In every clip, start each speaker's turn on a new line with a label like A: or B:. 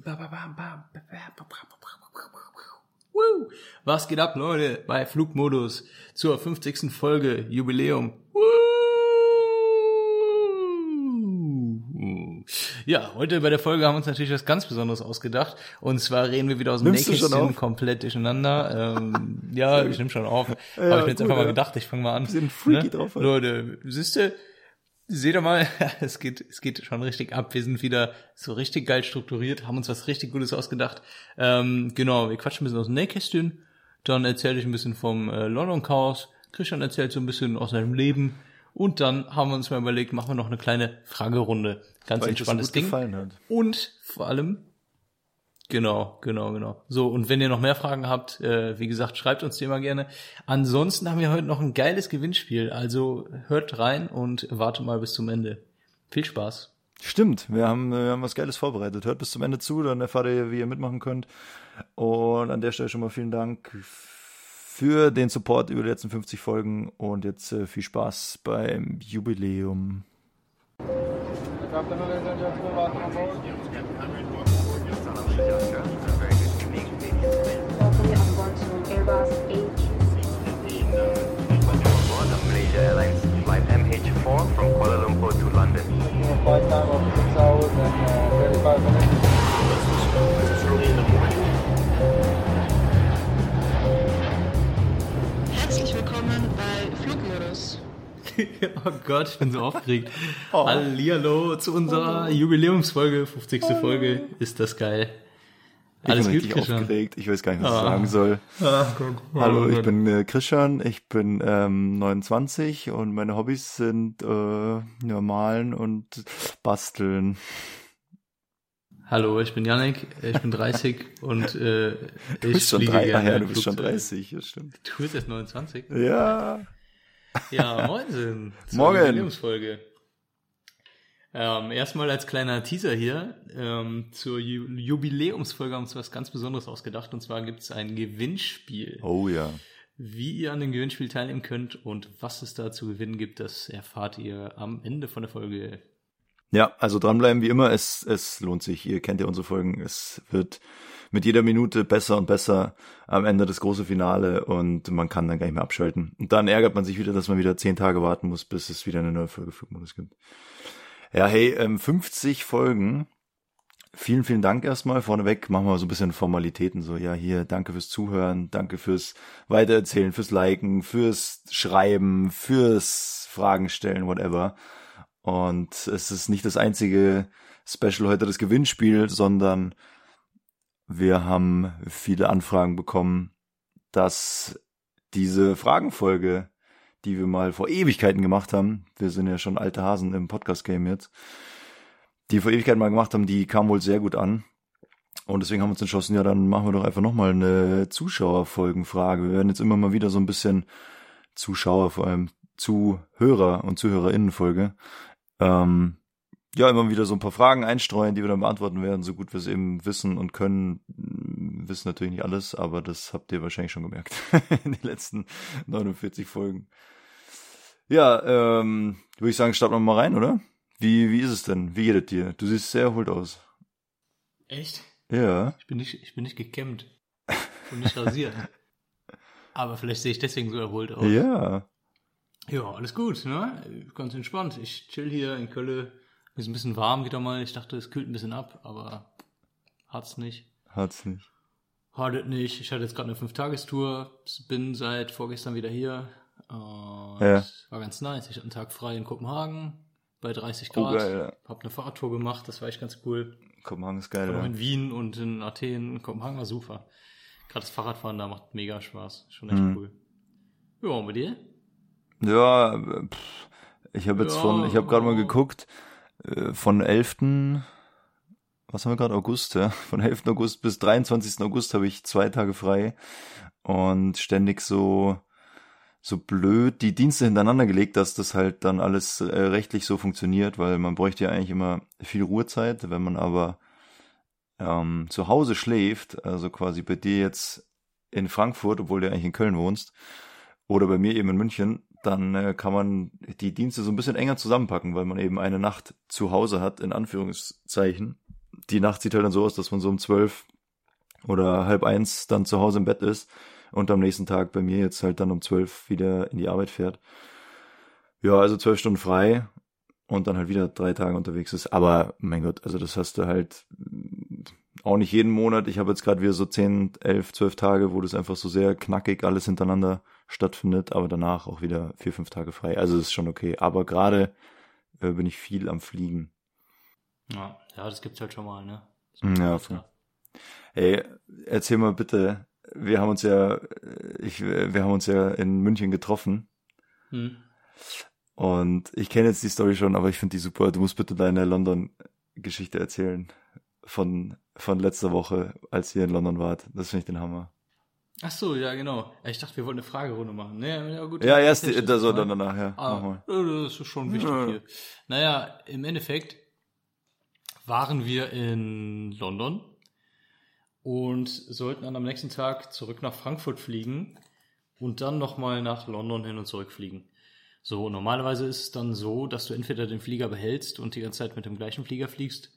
A: Was geht ab, Leute, bei Flugmodus zur 50. Folge Jubiläum. Ja, heute bei der Folge haben wir uns natürlich was ganz Besonderes ausgedacht. Und zwar reden wir wieder aus dem Nähkästchen komplett durcheinander. Ja, ich nehme schon auf. Ja, habe ich mir jetzt einfach mal gedacht, ich fange mal an.
B: Wir sind freaky drauf.
A: Leute, seht ihr mal, es geht schon richtig ab. Wir sind wieder so richtig geil strukturiert, haben uns was richtig Gutes ausgedacht. Genau, wir quatschen ein bisschen aus dem Nähkästchen. Dann erzähle ich ein bisschen vom London Chaos. Christian erzählt so ein bisschen aus seinem Leben. Und dann haben wir uns mal überlegt, machen wir noch eine kleine Fragerunde. Ganz entspanntes Ding.
B: Gefallen hat.
A: Und vor allem, genau. So, und wenn ihr noch mehr Fragen habt, wie gesagt, schreibt uns die mal gerne. Ansonsten haben wir heute noch ein geiles Gewinnspiel. Also hört rein und wartet mal bis zum Ende. Viel Spaß.
B: Stimmt, wir haben was Geiles vorbereitet. Hört bis zum Ende zu, dann erfahrt ihr, wie ihr mitmachen könnt. Und an der Stelle schon mal vielen Dank für den Support über die letzten 50 Folgen und jetzt viel Spaß beim Jubiläum.
C: Malaysia Airlines flight MH4 from Kuala Lumpur to London. Flight time of 6 hours and 35 minutes.
D: Herzlich willkommen bei Flugmodus.
A: Oh Gott, ich bin so aufgeregt. Hallihallo zu unserer Jubiläumsfolge, 50. Folge. Ist das geil.
B: Alles gut, Christian? Aufgeregt. Ich weiß gar nicht, was ich sagen soll. Hallo, ich bin Christian, ich bin 29 und meine Hobbys sind malen und basteln.
A: Hallo, ich bin Yannick, ich bin 30 und
B: du bist schon 30, das stimmt.
A: Du bist erst 29?
B: Ja.
A: Ja, moin.
B: Morgen.
A: Jubiläumsfolge. Erstmal als kleiner Teaser hier, zur Jubiläumsfolge haben wir uns was ganz Besonderes ausgedacht, und zwar gibt es ein Gewinnspiel.
B: Oh ja.
A: Wie ihr an dem Gewinnspiel teilnehmen könnt und was es da zu gewinnen gibt, das erfahrt ihr am Ende von der Folge.
B: Ja, also dranbleiben wie immer, es lohnt sich. Ihr kennt ja unsere Folgen, es wird mit jeder Minute besser und besser, am Ende das große Finale, und man kann dann gar nicht mehr abschalten. Und dann ärgert man sich wieder, dass man wieder 10 Tage warten muss, bis es wieder eine neue Folge Flugmodus gibt. Ja, hey, 50 Folgen. Vielen, vielen Dank erstmal. Vorneweg machen wir so ein bisschen Formalitäten. So, ja, hier, danke fürs Zuhören, danke fürs Weitererzählen, fürs Liken, fürs Schreiben, fürs Fragen stellen, whatever. Und es ist nicht das einzige Special heute, das Gewinnspiel, sondern wir haben viele Anfragen bekommen, dass diese Fragenfolge, die wir mal vor Ewigkeiten gemacht haben, wir sind ja schon alte Hasen im Podcast-Game jetzt, die vor Ewigkeiten mal gemacht haben, die kam wohl sehr gut an. Und deswegen haben wir uns entschlossen, ja, dann machen wir doch einfach nochmal eine Zuschauerfolgenfrage. Wir werden jetzt immer mal wieder so ein bisschen Zuschauer, vor allem Zuhörer und ZuhörerInnen-Folge, ja, immer wieder so ein paar Fragen einstreuen, die wir dann beantworten werden, so gut wir es eben wissen und können. Wissen natürlich nicht alles, aber das habt ihr wahrscheinlich schon gemerkt in den letzten 49 Folgen. Ja, würde ich sagen, starten wir mal rein, oder? Wie ist es denn? Wie geht es dir? Du siehst sehr erholt aus.
A: Echt?
B: Ja.
A: Ich bin nicht gekämmt und nicht rasiert. Aber vielleicht sehe ich deswegen so erholt aus.
B: Ja.
A: Ja, alles gut, ne? Ganz entspannt. Ich chill hier in Köln. Ist ein bisschen warm wieder mal. Ich dachte, es kühlt ein bisschen ab, aber hat's nicht. Hat es nicht. Ich hatte jetzt gerade eine 5-Tagestour. Bin seit vorgestern wieder hier. Und
B: ja.
A: War ganz nice. Ich hatte einen Tag frei in Kopenhagen bei 30 Grad.
B: Geil, ja.
A: Hab eine Fahrradtour gemacht. Das war echt ganz cool.
B: Kopenhagen ist geil,
A: ja.
B: Ja.
A: In Wien und in Athen. Kopenhagen war super. Gerade das Fahrradfahren da macht mega Spaß. Schon echt cool. Ja, und bei dir?
B: Ja, ich habe jetzt ich habe gerade mal geguckt, von 11. Was haben wir gerade? August, ja. Von 11. August bis 23. August habe ich 2 Tage frei und ständig so blöd die Dienste hintereinander gelegt, dass das halt dann alles rechtlich so funktioniert, weil man bräuchte ja eigentlich immer viel Ruhezeit. Wenn man aber zu Hause schläft, also quasi bei dir jetzt in Frankfurt, obwohl du eigentlich in Köln wohnst, oder bei mir eben in München, dann kann man die Dienste so ein bisschen enger zusammenpacken, weil man eben eine Nacht zu Hause hat, in Anführungszeichen, die Nacht sieht halt dann so aus, dass man so um 12 oder 12:30 dann zu Hause im Bett ist und am nächsten Tag bei mir jetzt halt dann um 12 wieder in die Arbeit fährt. Ja, also 12 Stunden frei und dann halt wieder 3 Tage unterwegs ist. Aber mein Gott, also das hast du halt auch nicht jeden Monat. Ich habe jetzt gerade wieder so 10, 11, 12 Tage, wo das einfach so sehr knackig alles hintereinander stattfindet, aber danach auch wieder 4, 5 Tage frei. Also das ist schon okay. Aber gerade bin ich viel am Fliegen.
A: Ja, das gibt's halt schon mal, ne?
B: Ja, voll. Hey, erzähl mal bitte, wir haben uns ja in München getroffen. Und ich kenne jetzt die Story schon, aber ich finde die super. Du musst bitte deine London-Geschichte erzählen von letzter Woche, als ihr in London wart. Das finde ich den Hammer.
A: Ach so, ja, genau. Ich dachte, wir wollten eine Fragerunde machen. Naja, gut.
B: Ja, erst dann danach, ja.
A: Mach mal. Das ist schon wichtig hier. Naja, im Endeffekt waren wir in London und sollten dann am nächsten Tag zurück nach Frankfurt fliegen und dann nochmal nach London hin und zurück fliegen. So, normalerweise ist es dann so, dass du entweder den Flieger behältst und die ganze Zeit mit dem gleichen Flieger fliegst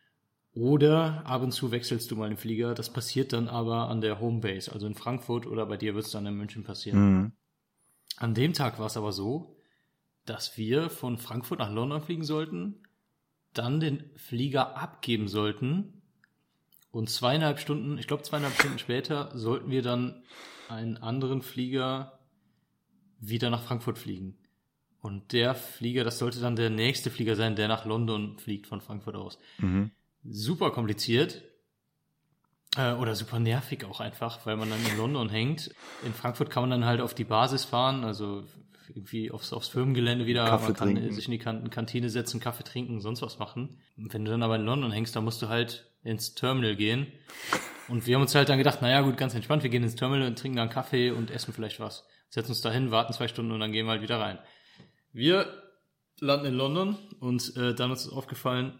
A: oder ab und zu wechselst du mal den Flieger. Das passiert dann aber an der Homebase, also in Frankfurt, oder bei dir wird es dann in München passieren. An dem Tag war es aber so, dass wir von Frankfurt nach London fliegen sollten, dann den Flieger abgeben sollten und 2,5 Stunden später sollten wir dann einen anderen Flieger wieder nach Frankfurt fliegen. Und der Flieger, das sollte dann der nächste Flieger sein, der nach London fliegt von Frankfurt aus. Super kompliziert oder super nervig auch einfach, weil man dann in London hängt. In Frankfurt kann man dann halt auf die Basis fahren, also irgendwie aufs Firmengelände wieder.
B: Kaffee
A: man kann
B: trinken.
A: sich in die Kantine setzen, Kaffee trinken, sonst was machen. Und wenn du dann aber in London hängst, dann musst du halt ins Terminal gehen. Und wir haben uns halt dann gedacht, naja gut, ganz entspannt, wir gehen ins Terminal und trinken dann Kaffee und essen vielleicht was. Setzen uns da hin, warten 2 Stunden und dann gehen wir halt wieder rein. Wir landen in London und dann ist uns aufgefallen,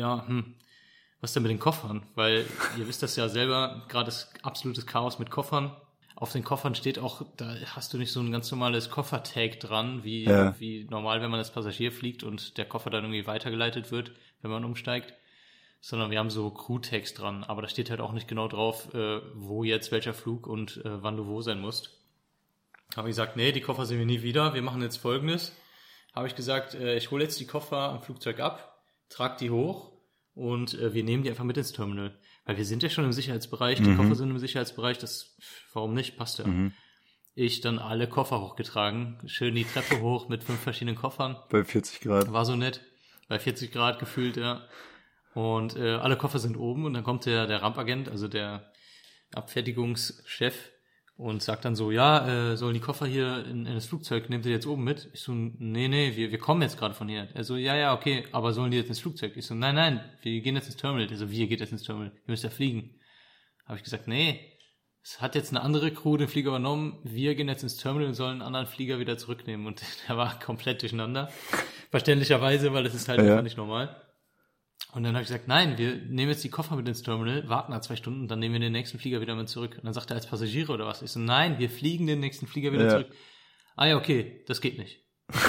A: was denn mit den Koffern? Weil ihr wisst das ja selber, gerade ist absolutes Chaos mit Koffern. Auf den Koffern steht auch, da hast du nicht so ein ganz normales Koffertag dran, wie normal, wenn man als Passagier fliegt und der Koffer dann irgendwie weitergeleitet wird, wenn man umsteigt. Sondern wir haben so Crew-Tags dran, aber da steht halt auch nicht genau drauf, wo jetzt welcher Flug und wann du wo sein musst. Habe ich gesagt, nee, die Koffer sehen wir nie wieder, wir machen jetzt Folgendes. Habe ich gesagt, ich hole jetzt die Koffer am Flugzeug ab, trage die hoch und wir nehmen die einfach mit ins Terminal. Weil wir sind ja schon im Sicherheitsbereich, die Koffer sind im Sicherheitsbereich, warum nicht, passt ja. Ich dann alle Koffer hochgetragen, schön die Treppe hoch mit 5 verschiedenen Koffern.
B: Bei 40 Grad.
A: War so nett, bei 40 Grad gefühlt, ja. Und alle Koffer sind oben und dann kommt der Rampagent, also der Abfertigungschef und sagt dann so, sollen die Koffer hier in das Flugzeug, nehmt ihr jetzt oben mit? Ich so, nee, wir kommen jetzt gerade von hier. Er so, ja, okay, aber sollen die jetzt ins Flugzeug? Ich so, nein, wir gehen jetzt ins Terminal. Er so, wie, ihr geht jetzt ins Terminal? Ihr müsst ja fliegen. Habe ich gesagt, nee, es hat jetzt eine andere Crew den Flieger übernommen, wir gehen jetzt ins Terminal und sollen einen anderen Flieger wieder zurücknehmen. Und der war komplett durcheinander. Verständlicherweise, weil das ist halt einfach nicht normal. Und dann habe ich gesagt, nein, wir nehmen jetzt die Koffer mit ins Terminal, warten da 2 Stunden und dann nehmen wir den nächsten Flieger wieder mit zurück. Und dann sagt er, als Passagiere oder was? Ich so, nein, wir fliegen den nächsten Flieger wieder zurück. Ah ja, okay, das geht nicht.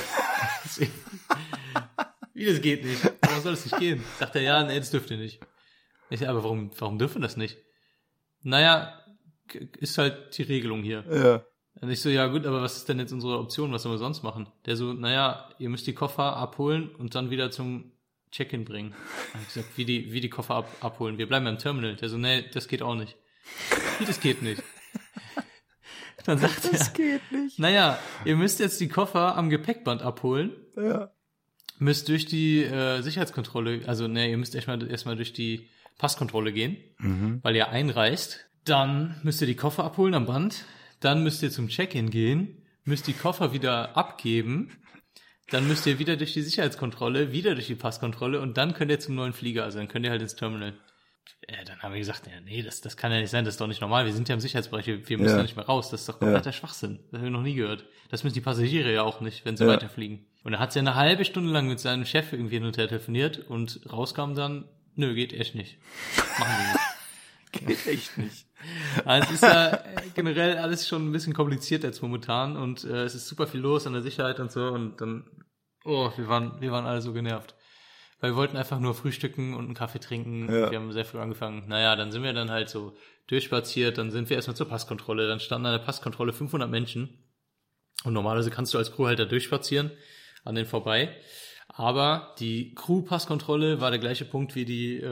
A: Wie, das geht nicht? Warum soll das nicht gehen? Sagt er, ja, nee, das dürft ihr nicht. Ich sage, aber warum dürfen wir das nicht? Naja, ist halt die Regelung hier.
B: Ja.
A: Und ich so, ja gut, aber was ist denn jetzt unsere Option? Was sollen wir sonst machen? Der so, naja, ihr müsst die Koffer abholen und dann wieder zum Check-in bringen. Dann hab ich gesagt, wie die Koffer abholen. Wir bleiben im Terminal. Der so, nee, das geht auch nicht. Wie, das geht nicht? Dann sagt
B: Das geht nicht.
A: naja, ihr müsst jetzt die Koffer am Gepäckband abholen.
B: Ja.
A: Müsst durch die Sicherheitskontrolle, also ihr müsst erstmal durch die Passkontrolle gehen, weil ihr einreist. Dann müsst ihr die Koffer abholen am Band. Dann müsst ihr zum Check-in gehen, müsst die Koffer wieder abgeben. Dann müsst ihr wieder durch die Sicherheitskontrolle, wieder durch die Passkontrolle und dann könnt ihr zum neuen Flieger, also dann könnt ihr halt ins Terminal. Dann haben wir gesagt, nee, das kann ja nicht sein, das ist doch nicht normal, wir sind ja im Sicherheitsbereich, wir müssen ja nicht mehr raus, das ist doch kompletter Schwachsinn, das haben wir noch nie gehört. Das müssen die Passagiere ja auch nicht, wenn sie weiterfliegen. Und dann hat sie eine halbe Stunde lang mit seinem Chef irgendwie hin und her telefoniert und rauskam dann, nö, geht echt nicht. Machen wir nicht.
B: Geht echt nicht.
A: Also es ist ja generell alles schon ein bisschen kompliziert jetzt momentan und es ist super viel los an der Sicherheit und so und dann, wir waren alle so genervt. weil wir wollten einfach nur frühstücken und einen Kaffee trinken.
B: Ja.
A: Wir haben sehr früh angefangen. Naja, dann sind wir dann halt so durchspaziert, dann sind wir erstmal zur Passkontrolle, dann standen an der Passkontrolle 500 Menschen und normalerweise kannst du als Crew halt da durchspazieren, an denen vorbei. Aber die Crew-Passkontrolle war der gleiche Punkt wie die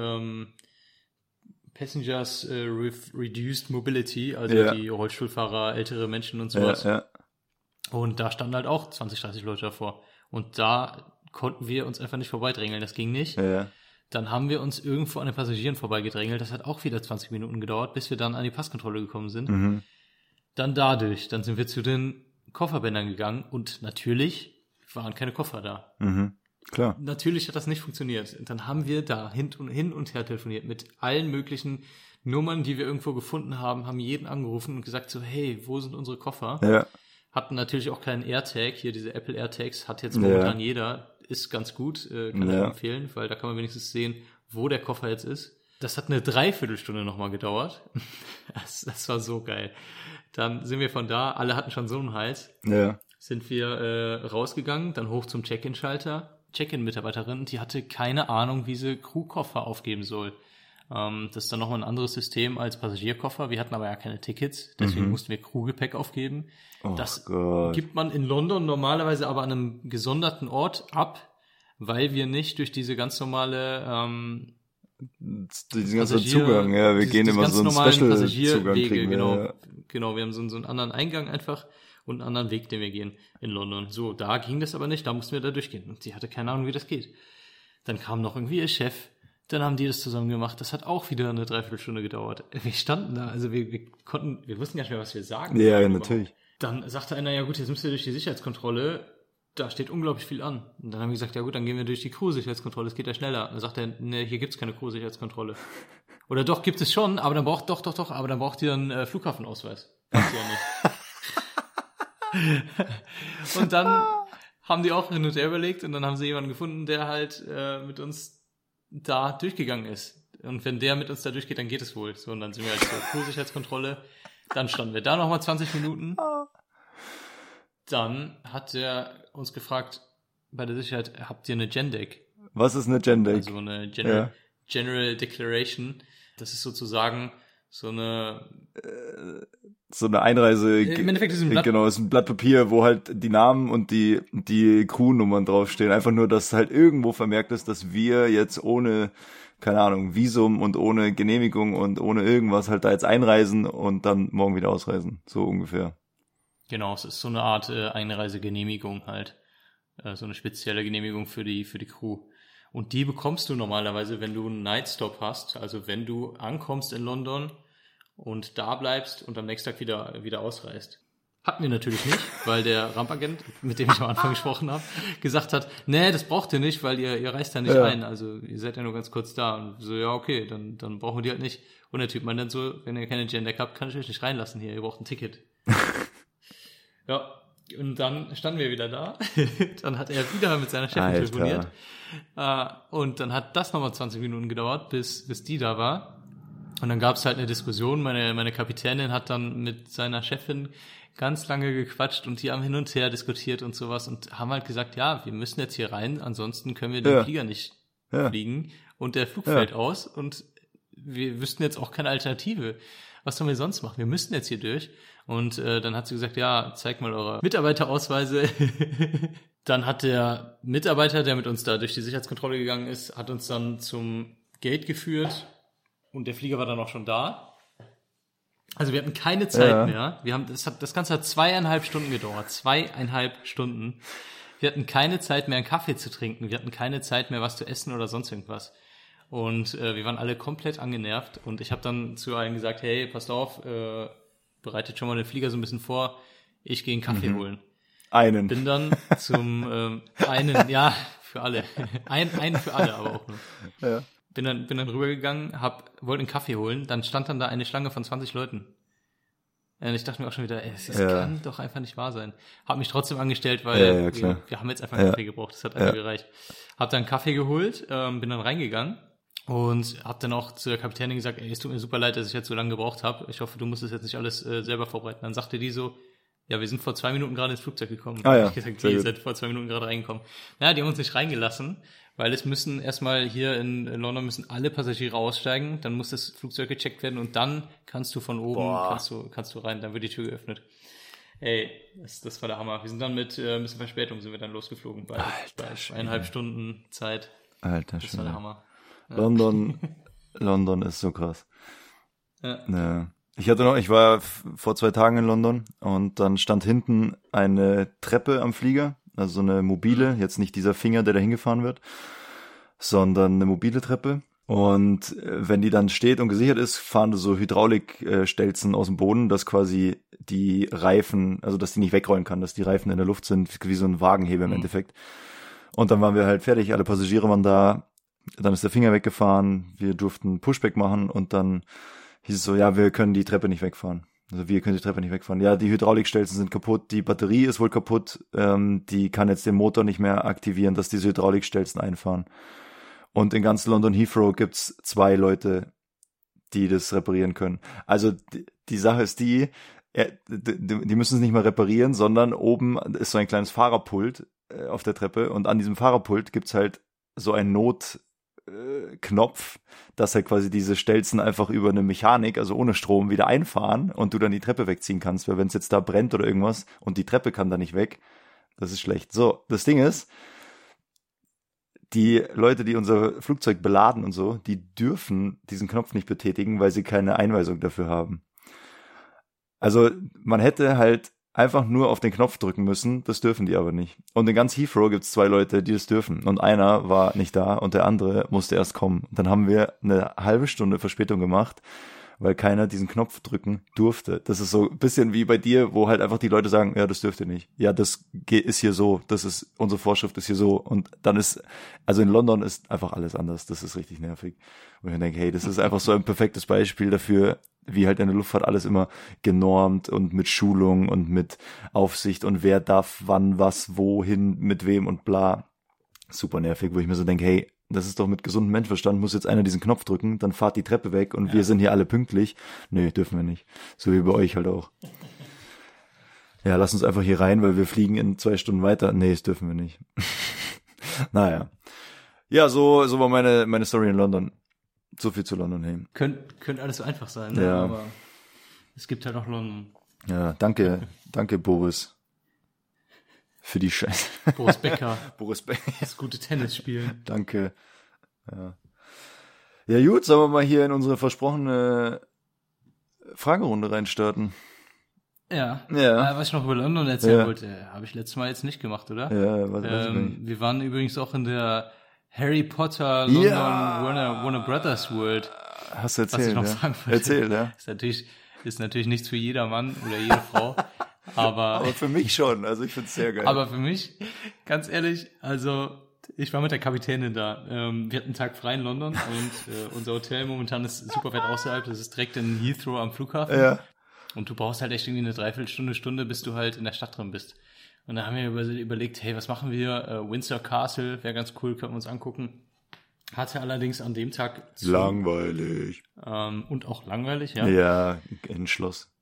A: Passengers with Reduced Mobility, also die Rollstuhlfahrer, ältere Menschen und sowas.
B: Ja.
A: Und da standen halt auch 20, 30 Leute davor. Und da konnten wir uns einfach nicht vorbeidrängeln, das ging nicht.
B: Ja.
A: Dann haben wir uns irgendwo an den Passagieren vorbeigedrängelt, das hat auch wieder 20 Minuten gedauert, bis wir dann an die Passkontrolle gekommen sind.
B: Mhm.
A: Dann sind wir zu den Kofferbändern gegangen und natürlich waren keine Koffer da.
B: Mhm. Klar.
A: Natürlich hat das nicht funktioniert. Und dann haben wir da hin und her telefoniert mit allen möglichen Nummern, die wir irgendwo gefunden haben jeden angerufen und gesagt so, hey, wo sind unsere Koffer?
B: Ja.
A: Hatten natürlich auch keinen AirTag, hier diese Apple AirTags hat jetzt momentan jeder, ist ganz gut, kann ich empfehlen, weil da kann man wenigstens sehen, wo der Koffer jetzt ist. Das hat eine Dreiviertelstunde nochmal gedauert. Das war so geil. Dann sind wir von da, alle hatten schon so einen Hals.
B: Ja.
A: Sind wir rausgegangen, dann hoch zum Check-in-Schalter. Check-in-Mitarbeiterin, die hatte keine Ahnung, wie sie Crewkoffer aufgeben soll. Das ist dann nochmal ein anderes System als Passagierkoffer. Wir hatten aber ja keine Tickets, deswegen mussten wir Crewgepäck aufgeben.
B: Oh
A: das
B: Gott.
A: gibt man in London normalerweise aber an einem gesonderten Ort ab, weil wir nicht durch diese ganz normale
B: diesen ganzen Zugang, ja, wir gehen immer so einen Special-Zugang kriegen.
A: Genau, wir haben so einen anderen Eingang einfach und einen anderen Weg, den wir gehen in London. So, da ging das aber nicht, da mussten wir da durchgehen. Und sie hatte keine Ahnung, wie das geht. Dann kam noch irgendwie ihr Chef, dann haben die das zusammen gemacht. Das hat auch wieder eine Dreiviertelstunde gedauert. Wir standen da, also wir wussten gar nicht mehr, was wir sagen.
B: Ja, natürlich.
A: Dann sagte einer, ja gut, jetzt müsst ihr durch die Sicherheitskontrolle, da steht unglaublich viel an. Und dann haben wir gesagt, ja gut, dann gehen wir durch die Crew-Sicherheitskontrolle, es geht ja schneller. Dann sagt er, ne, hier gibt's keine Crew-Sicherheitskontrolle. Oder doch, gibt es schon, aber dann braucht ihr einen Flughafenausweis. Braucht ihr ja nicht. Und dann haben die auch hin und her überlegt und dann haben sie jemanden gefunden, der halt mit uns da durchgegangen ist. Und wenn der mit uns da durchgeht, dann geht es wohl. So, und dann sind wir halt zur Crew-Sicherheitskontrolle. Dann standen wir da nochmal 20 Minuten. Dann hat er uns gefragt, bei der Sicherheit, habt ihr eine GenDec?
B: Was ist eine GenDec?
A: Also eine General Declaration. Das ist sozusagen so eine
B: Einreise.
A: Im Endeffekt ist ein Blatt.
B: Genau, ist ein Blatt Papier, wo halt die Namen und die Crewnummern draufstehen. Einfach nur, dass halt irgendwo vermerkt ist, dass wir jetzt ohne, keine Ahnung, Visum und ohne Genehmigung und ohne irgendwas halt da jetzt einreisen und dann morgen wieder ausreisen. So ungefähr.
A: Genau, es ist so eine Art Einreisegenehmigung halt. So eine spezielle Genehmigung für die Crew. Und die bekommst du normalerweise, wenn du einen Nightstop hast. Also wenn du ankommst in London und da bleibst und am nächsten Tag wieder ausreist. Hatten wir natürlich nicht, weil der Rampagent, mit dem ich am Anfang gesprochen habe, gesagt hat, nee, das braucht ihr nicht, weil ihr reist ja nicht ein. Also ihr seid ja nur ganz kurz da. Und so, ja, okay, dann brauchen wir die halt nicht. Und der Typ meint dann so, wenn ihr keine GenDec habt, kann ich euch nicht reinlassen hier. Ihr braucht ein Ticket. Ja, und dann standen wir wieder da. Dann hat er wieder mit seiner Chefin telefoniert. Und dann hat das nochmal 20 Minuten gedauert, bis die da war. Und dann gab es halt eine Diskussion. Meine Kapitänin hat dann mit seiner Chefin ganz lange gequatscht und die haben hin und her diskutiert und sowas und haben halt gesagt, ja, wir müssen jetzt hier rein, ansonsten können wir den Flieger nicht fliegen und der Flug fällt aus und wir wüssten jetzt auch keine Alternative. Was sollen wir sonst machen? Wir müssen jetzt hier durch. Und dann hat sie gesagt, ja, zeig mal eure Mitarbeiterausweise. Dann hat der Mitarbeiter, der mit uns da durch die Sicherheitskontrolle gegangen ist, hat uns dann zum Gate geführt und der Flieger war dann auch schon da. Also wir hatten keine Zeit mehr. Das Ganze hat 2,5 Stunden gedauert. 2,5 Stunden. Wir hatten keine Zeit mehr, einen Kaffee zu trinken. Wir hatten keine Zeit mehr, was zu essen oder sonst irgendwas. Und wir waren alle komplett angenervt. Und ich habe dann zu allen gesagt, hey, passt auf, bereitet schon mal den Flieger so ein bisschen vor. Ich gehe einen Kaffee holen.
B: Einen.
A: Bin dann zum einen, ja, für alle. Einen für alle, aber auch nur. Ja. Bin dann rübergegangen, wollte einen Kaffee holen, dann stand dann da eine Schlange von 20 Leuten. Und ich dachte mir auch schon wieder, das kann doch einfach nicht wahr sein. Hab mich trotzdem angestellt, weil wir haben jetzt einfach einen Kaffee gebraucht, das hat einfach gereicht. Hab dann einen Kaffee geholt, bin dann reingegangen und hab dann auch zu der Kapitänin gesagt, es tut mir super leid, dass ich jetzt so lange gebraucht habe. Ich hoffe, du musst es jetzt nicht alles selber vorbereiten. Dann sagte die so, Ja, wir sind vor 2 Minuten gerade ins Flugzeug gekommen.
B: Ah ja,
A: Ich gesagt,
B: sehr
A: ihr
B: gut.
A: seid vor 2 Minuten gerade reingekommen. Naja, die haben uns nicht reingelassen, weil es müssen erstmal hier in London müssen alle Passagiere aussteigen, dann muss das Flugzeug gecheckt werden und dann kannst du von oben, kannst du rein, dann wird die Tür geöffnet. Ey, das war der Hammer. Wir sind dann mit ein bisschen Verspätung sind wir dann losgeflogen, bei 1,5 Stunden Zeit.
B: Alter,
A: Das war der Hammer.
B: London ist so krass.
A: Ja.
B: Ja. Ich war vor 2 Tagen in London und dann stand hinten eine Treppe am Flieger, also so eine mobile, jetzt nicht dieser Finger, der da hingefahren wird, sondern eine mobile Treppe. Und wenn die dann steht und gesichert ist, fahren so Hydraulikstelzen aus dem Boden, dass quasi die Reifen, also dass die nicht wegrollen kann, dass die Reifen in der Luft sind, wie so ein Wagenheber im Endeffekt. Und dann waren wir halt fertig, alle Passagiere waren da, dann ist der Finger weggefahren, wir durften Pushback machen und dann hieß es so, ja, wir können die Treppe nicht wegfahren. Also wir können die Treppe nicht wegfahren. Ja, die Hydraulikstelzen sind kaputt, die Batterie ist wohl kaputt, die kann jetzt den Motor nicht mehr aktivieren, dass diese Hydraulikstelzen einfahren. Und in ganz London Heathrow gibt's 2 Leute, die das reparieren können. Also die Sache ist die müssen es nicht mal reparieren, sondern oben ist so ein kleines Fahrerpult auf der Treppe und an diesem Fahrerpult gibt's halt so einen Notknopf, dass halt quasi diese Stelzen einfach über eine Mechanik, also ohne Strom, wieder einfahren und du dann die Treppe wegziehen kannst, weil wenn es jetzt da brennt oder irgendwas und die Treppe kann da nicht weg, das ist schlecht. So, das Ding ist, die Leute, die unser Flugzeug beladen und so, die dürfen diesen Knopf nicht betätigen, weil sie keine Einweisung dafür haben. Also man hätte halt einfach nur auf den Knopf drücken müssen, das dürfen die aber nicht. Und in ganz Heathrow gibt's 2 Leute, die das dürfen. Und einer war nicht da und der andere musste erst kommen. Und dann haben wir eine halbe Stunde Verspätung gemacht, weil keiner diesen Knopf drücken durfte. Das ist so ein bisschen wie bei dir, wo halt einfach die Leute sagen, ja, das dürft ihr nicht. Ja, das ist hier so, das ist, unsere Vorschrift ist hier so. Und dann ist, also in London ist einfach alles anders. Das ist richtig nervig. Und ich denke, hey, das ist einfach so ein perfektes Beispiel dafür, wie halt in der Luftfahrt alles immer genormt und mit Schulung und mit Aufsicht und wer darf wann was, wohin, mit wem und bla. Super nervig, wo ich mir so denke, hey, das ist doch mit gesundem Menschenverstand, muss jetzt einer diesen Knopf drücken, dann fahrt die Treppe weg und wir sind hier alle pünktlich. Nee, dürfen wir nicht. So wie bei euch halt auch. Ja, lass uns einfach hier rein, weil wir fliegen in 2 Stunden weiter. Nee, das dürfen wir nicht. Naja. Ja, so war meine Story in London. So viel zu London, hey.
A: Könnte alles so einfach sein, ne?
B: Ja.
A: Aber es gibt halt noch London.
B: Ja, danke Boris. Für die Scheiße.
A: Boris Becker.
B: Boris Becker.
A: Das gute Tennis spielen.
B: Danke. Ja gut, sollen wir mal hier in unsere versprochene Fragerunde reinstarten?
A: Ja.
B: Ja.
A: Was ich noch über London erzählen wollte, habe ich letztes Mal jetzt nicht gemacht, oder?
B: Ja, was weiß ich nicht.
A: Wir waren übrigens auch in der Harry Potter London Warner Brothers World.
B: Hast du erzählt,
A: was ich noch sagen wollte.
B: Erzählt, ja.
A: Ist natürlich nichts für jeder Mann oder jede Frau. Aber
B: für mich schon, also ich find's sehr geil.
A: Aber für mich, ganz ehrlich, also ich war mit der Kapitänin da. Wir hatten einen Tag frei in London und unser Hotel momentan ist super weit außerhalb. Das ist direkt in Heathrow am Flughafen. Ja. Und du brauchst halt echt irgendwie eine Dreiviertelstunde, bis du halt in der Stadt drin bist. Und da haben wir überlegt, hey, was machen wir? Windsor Castle wäre ganz cool, können wir uns angucken. Hatte allerdings an dem Tag zu.
B: Langweilig.
A: Und auch langweilig, ja.
B: Ja, ein Schloss.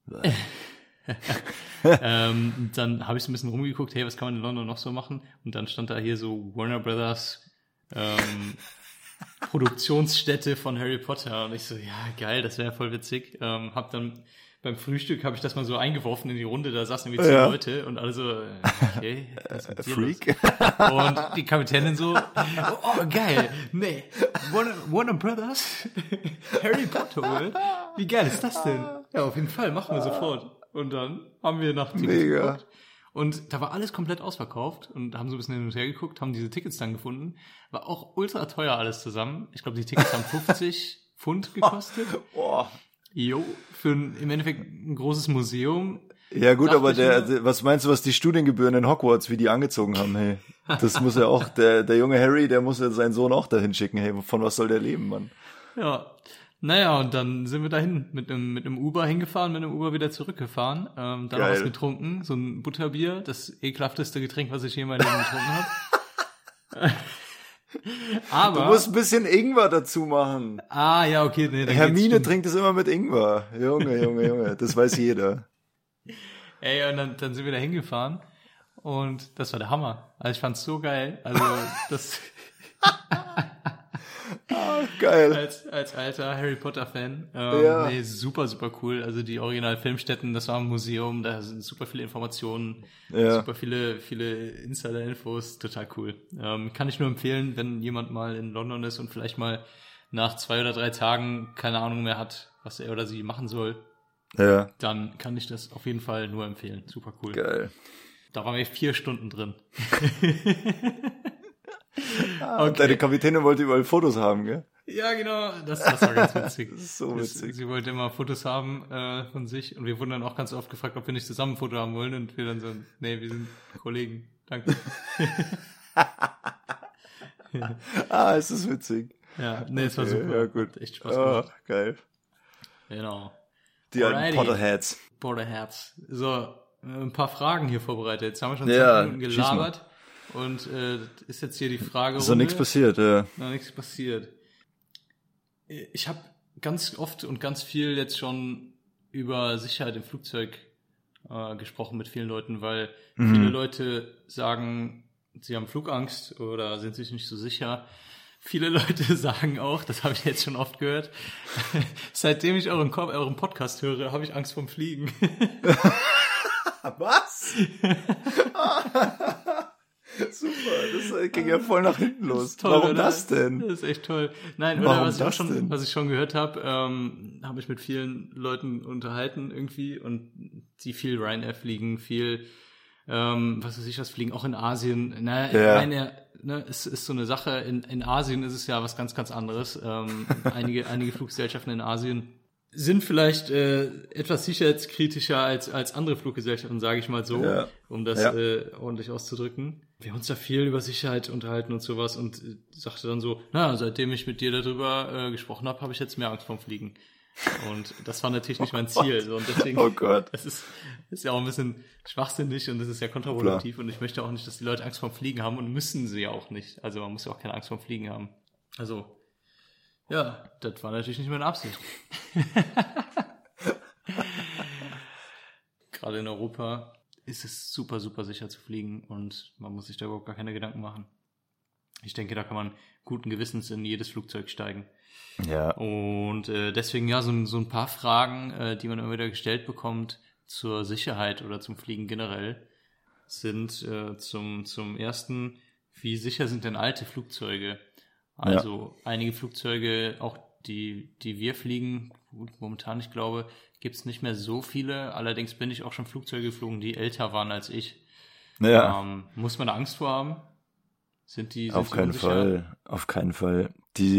A: Dann habe ich so ein bisschen rumgeguckt, hey, was kann man in London noch so machen? Und dann stand da hier so Warner Brothers Produktionsstätte von Harry Potter. Und ich so, ja, geil, das wäre voll witzig. Hab dann beim Frühstück habe ich das mal so eingeworfen in die Runde, da saßen irgendwie 10 Leute und alle so, okay, was ist mit dir
B: Freak.
A: los? Und die Kapitänin so, oh, geil, nee, Warner Brothers, Harry Potter World, wie geil ist das denn? Ja, auf jeden Fall, machen wir sofort. Und dann haben wir nach Tickets geguckt. Und da war alles komplett ausverkauft und haben so ein bisschen hin und her geguckt, haben diese Tickets dann gefunden. War auch ultra teuer alles zusammen. Ich glaube, die Tickets haben 50 Pfund gekostet. Jo, für im Endeffekt ein großes Museum.
B: Ja gut, aber was meinst du, was die Studiengebühren in Hogwarts, wie die angezogen haben, hey? Das muss ja auch, der junge Harry, der muss ja seinen Sohn auch dahin schicken, hey, von was soll der leben, Mann?
A: Ja, naja, und dann sind wir dahin mit einem Uber hingefahren, mit einem Uber wieder zurückgefahren, dann noch was getrunken, so ein Butterbier, das ekelhafteste Getränk, was ich jemals getrunken habe. Aber
B: du musst ein bisschen Ingwer dazu machen.
A: Ah, ja, okay. Nee,
B: Hermine trinkt es immer mit Ingwer. Junge, das weiß jeder.
A: Ey, und dann sind wir da hingefahren und das war der Hammer. Also ich fand's so geil. Also das
B: Geil.
A: als alter Harry Potter Fan.
B: Ja.
A: Nee, super, super cool. Also die Original-Filmstätten, das war ein Museum, da sind super viele Informationen, super viele Insider-Infos, total cool. Kann ich nur empfehlen, wenn jemand mal in London ist und vielleicht mal nach 2 oder 3 Tagen keine Ahnung mehr hat, was er oder sie machen soll, dann kann ich das auf jeden Fall nur empfehlen. Super cool.
B: Geil.
A: Da waren wir 4 Stunden drin.
B: Okay. Deine Kapitänin wollte überall Fotos haben, gell?
A: Ja, genau, das war ganz witzig.
B: Das ist so witzig.
A: Sie wollte immer Fotos haben von sich und wir wurden dann auch ganz oft gefragt, ob wir nicht zusammen ein Foto haben wollen und wir dann so, nee, wir sind Kollegen, danke.
B: Es ist witzig.
A: Ja, nee, es war super.
B: Ja, gut.
A: Hat echt Spaß gemacht.
B: Geil.
A: Genau.
B: Die alten Potterheads.
A: Potterheads. So, ein paar Fragen hier vorbereitet. Jetzt haben wir schon 10 Minuten gelabert. Und ist jetzt hier die Frage.
B: Ist noch nichts passiert, ja.
A: Noch nichts passiert. Ich habe ganz oft und ganz viel jetzt schon über Sicherheit im Flugzeug gesprochen mit vielen Leuten, weil viele Leute sagen, sie haben Flugangst oder sind sich nicht so sicher. Viele Leute sagen auch, das habe ich jetzt schon oft gehört, seitdem ich euren Podcast höre, habe ich Angst vorm Fliegen.
B: Was? Super, das ging ja voll nach hinten los.
A: Toll,
B: warum
A: oder?
B: das denn?
A: Das ist echt toll. Nein,
B: warum
A: oder was ich schon gehört habe, habe ich mit vielen Leuten unterhalten irgendwie und die viel Ryanair fliegen, viel was weiß ich was fliegen, auch in Asien. Ryanair, es ist so eine Sache, in Asien ist es ja was ganz, ganz anderes. Einige Fluggesellschaften in Asien sind vielleicht etwas sicherheitskritischer als andere Fluggesellschaften, sage ich mal so, um das ordentlich auszudrücken. Wir haben uns da viel über Sicherheit unterhalten und sowas und sagte dann so, seitdem ich mit dir darüber gesprochen habe, habe ich jetzt mehr Angst vorm Fliegen. Und das war natürlich nicht mein Ziel. So, und deswegen, das ist ja auch ein bisschen schwachsinnig und das ist ja kontraproduktiv. Klar. Und ich möchte auch nicht, dass die Leute Angst vorm Fliegen haben und müssen sie ja auch nicht. Also man muss ja auch keine Angst vorm Fliegen haben. Also, ja, das war natürlich nicht meine Absicht. Gerade in Europa ist es super, super sicher zu fliegen und man muss sich da überhaupt gar keine Gedanken machen. Ich denke, da kann man guten Gewissens in jedes Flugzeug steigen.
B: Ja.
A: Und deswegen so ein paar Fragen, die man immer wieder gestellt bekommt zur Sicherheit oder zum Fliegen generell, sind zum ersten, wie sicher sind denn alte Flugzeuge? Also einige Flugzeuge, auch die wir fliegen, gut, momentan, ich glaube, gibt's nicht mehr so viele. Allerdings bin ich auch schon Flugzeuge geflogen, die älter waren als ich.
B: Ja.
A: Muss man da Angst vor haben? Sind
B: auf keinen
A: unsicher?
B: Auf keinen Fall.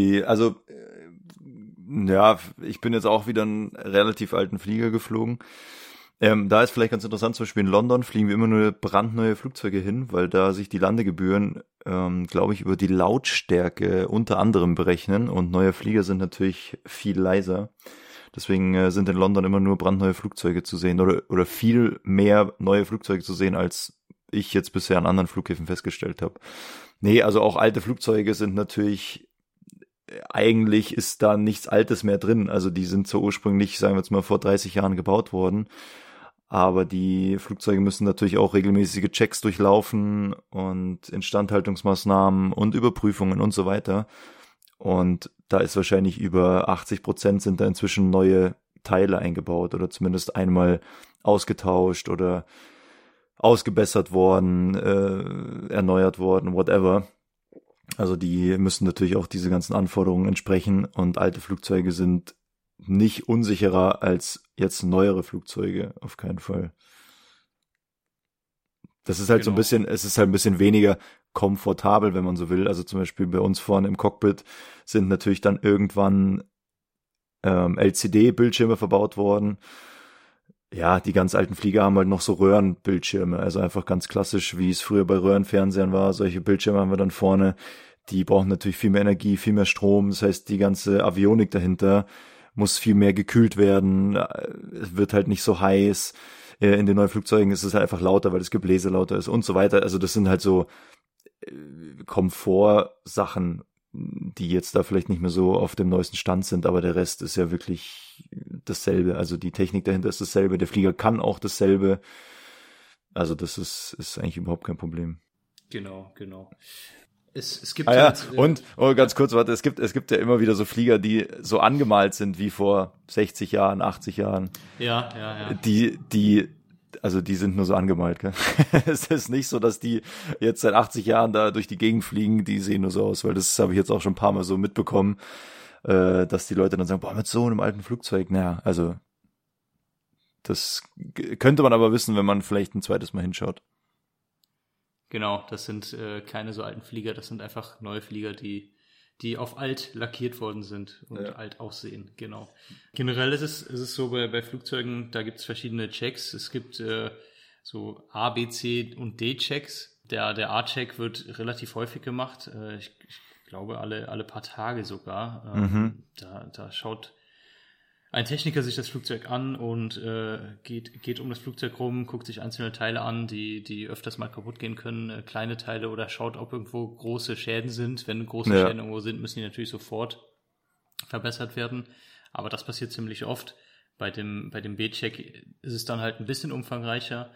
B: Ich bin jetzt auch wieder einen relativ alten Flieger geflogen. Da ist vielleicht ganz interessant, zum Beispiel in London fliegen wir immer nur brandneue Flugzeuge hin, weil da sich die Landegebühren, glaube ich, über die Lautstärke unter anderem berechnen und neue Flieger sind natürlich viel leiser. Deswegen sind in London immer nur brandneue Flugzeuge zu sehen oder viel mehr neue Flugzeuge zu sehen, als ich jetzt bisher an anderen Flughäfen festgestellt habe. Nee, also auch alte Flugzeuge sind natürlich, eigentlich ist da nichts Altes mehr drin. Also die sind so ursprünglich, sagen wir jetzt mal, vor 30 Jahren gebaut worden. Aber die Flugzeuge müssen natürlich auch regelmäßige Checks durchlaufen und Instandhaltungsmaßnahmen und Überprüfungen und so weiter. Und da ist wahrscheinlich über 80% sind da inzwischen neue Teile eingebaut oder zumindest einmal ausgetauscht oder ausgebessert worden, erneuert worden, whatever. Also die müssen natürlich auch diese ganzen Anforderungen entsprechen und alte Flugzeuge sind nicht unsicherer als jetzt neuere Flugzeuge, auf keinen Fall. Das ist halt so ein bisschen, es ist halt ein bisschen weniger komfortabel, wenn man so will. Also zum Beispiel bei uns vorne im Cockpit sind natürlich dann irgendwann LCD-Bildschirme verbaut worden. Ja, die ganz alten Flieger haben halt noch so Röhrenbildschirme, also einfach ganz klassisch, wie es früher bei Röhrenfernsehern war. Solche Bildschirme haben wir dann vorne. Die brauchen natürlich viel mehr Energie, viel mehr Strom. Das heißt, die ganze Avionik dahinter muss viel mehr gekühlt werden. Es wird halt nicht so heiß. In den neuen Flugzeugen ist es halt einfach lauter, weil das Gebläse lauter ist und so weiter. Also das sind halt so Komfortsachen, die jetzt da vielleicht nicht mehr so auf dem neuesten Stand sind, aber der Rest ist ja wirklich, dasselbe. Also die Technik dahinter ist dasselbe. Der Flieger kann auch dasselbe. Also das ist eigentlich überhaupt kein Problem.
A: Genau. Es gibt
B: und ganz kurz, warte, es gibt ja immer wieder so Flieger, die so angemalt sind wie vor 60 Jahren, 80 Jahren.
A: Ja.
B: Die sind nur so angemalt, gell? Es ist nicht so, dass die jetzt seit 80 Jahren da durch die Gegend fliegen, die sehen nur so aus, weil das habe ich jetzt auch schon ein paar Mal so mitbekommen, dass die Leute dann sagen, boah, mit so einem alten Flugzeug, naja, also das könnte man aber wissen, wenn man vielleicht ein zweites Mal hinschaut.
A: Genau, das sind keine so alten Flieger, das sind einfach neue Flieger, die auf alt lackiert worden sind und alt aussehen, genau. Generell ist es so bei Flugzeugen, da gibt es verschiedene Checks. Es gibt so A, B, C und D-Checks. Der A-Check wird relativ häufig gemacht. Ich glaube alle paar Tage sogar. Da schaut ein Techniker sich das Flugzeug an und geht um das Flugzeug rum, guckt sich einzelne Teile an, die öfters mal kaputt gehen können, kleine Teile, oder schaut, ob irgendwo große Schäden sind. Wenn große Schäden irgendwo sind, müssen die natürlich sofort verbessert werden. Aber das passiert ziemlich oft. Bei dem B-Check ist es dann halt ein bisschen umfangreicher.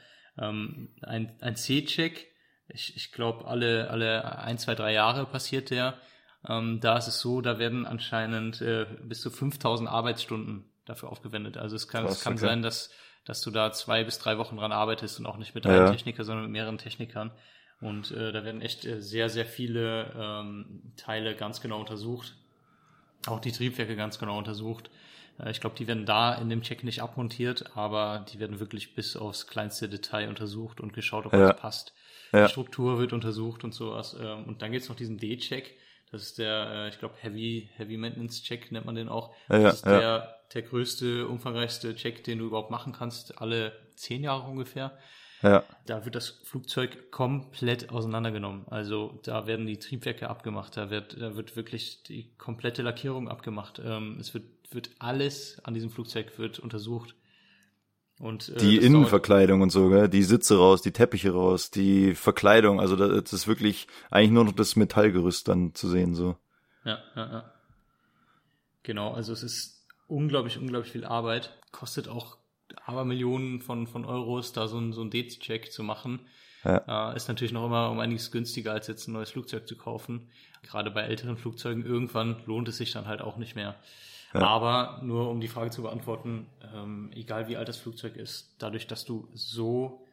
A: Ein C-Check, ich glaube alle 1, 2, 3 Jahre passiert der. Da ist es so, da werden anscheinend bis zu 5.000 Arbeitsstunden dafür aufgewendet. Also es kann sein, dass du da 2 bis 3 Wochen dran arbeitest und auch nicht mit einem Techniker, sondern mit mehreren Technikern. Und da werden echt sehr, sehr viele Teile ganz genau untersucht. Auch die Triebwerke ganz genau untersucht. Ich glaube, die werden da in dem Check nicht abmontiert, aber die werden wirklich bis aufs kleinste Detail untersucht und geschaut, ob alles passt. Die Struktur wird untersucht und sowas. Und dann gibt's noch diesen D-Check. Das ist der, ich glaube, Heavy Maintenance Check nennt man den auch. Das ist der größte, umfangreichste Check, den du überhaupt machen kannst, alle 10 Jahre ungefähr. Ja. Da wird das Flugzeug komplett auseinandergenommen. Also da werden die Triebwerke abgemacht, da wird wirklich die komplette Lackierung abgemacht. Es wird alles an diesem Flugzeug wird untersucht. Und,
B: die Innenverkleidung und so, gell? Die Sitze raus, die Teppiche raus, die Verkleidung, also das ist wirklich eigentlich nur noch das Metallgerüst dann zu sehen, so.
A: Ja. Genau, also es ist unglaublich viel Arbeit, kostet auch Abermillionen von Euros, da so ein D-Check zu machen. Ist natürlich noch immer um einiges günstiger, als jetzt ein neues Flugzeug zu kaufen. Gerade bei älteren Flugzeugen, irgendwann lohnt es sich dann halt auch nicht mehr. Aber nur um die Frage zu beantworten, egal wie alt das Flugzeug ist, dadurch, dass du so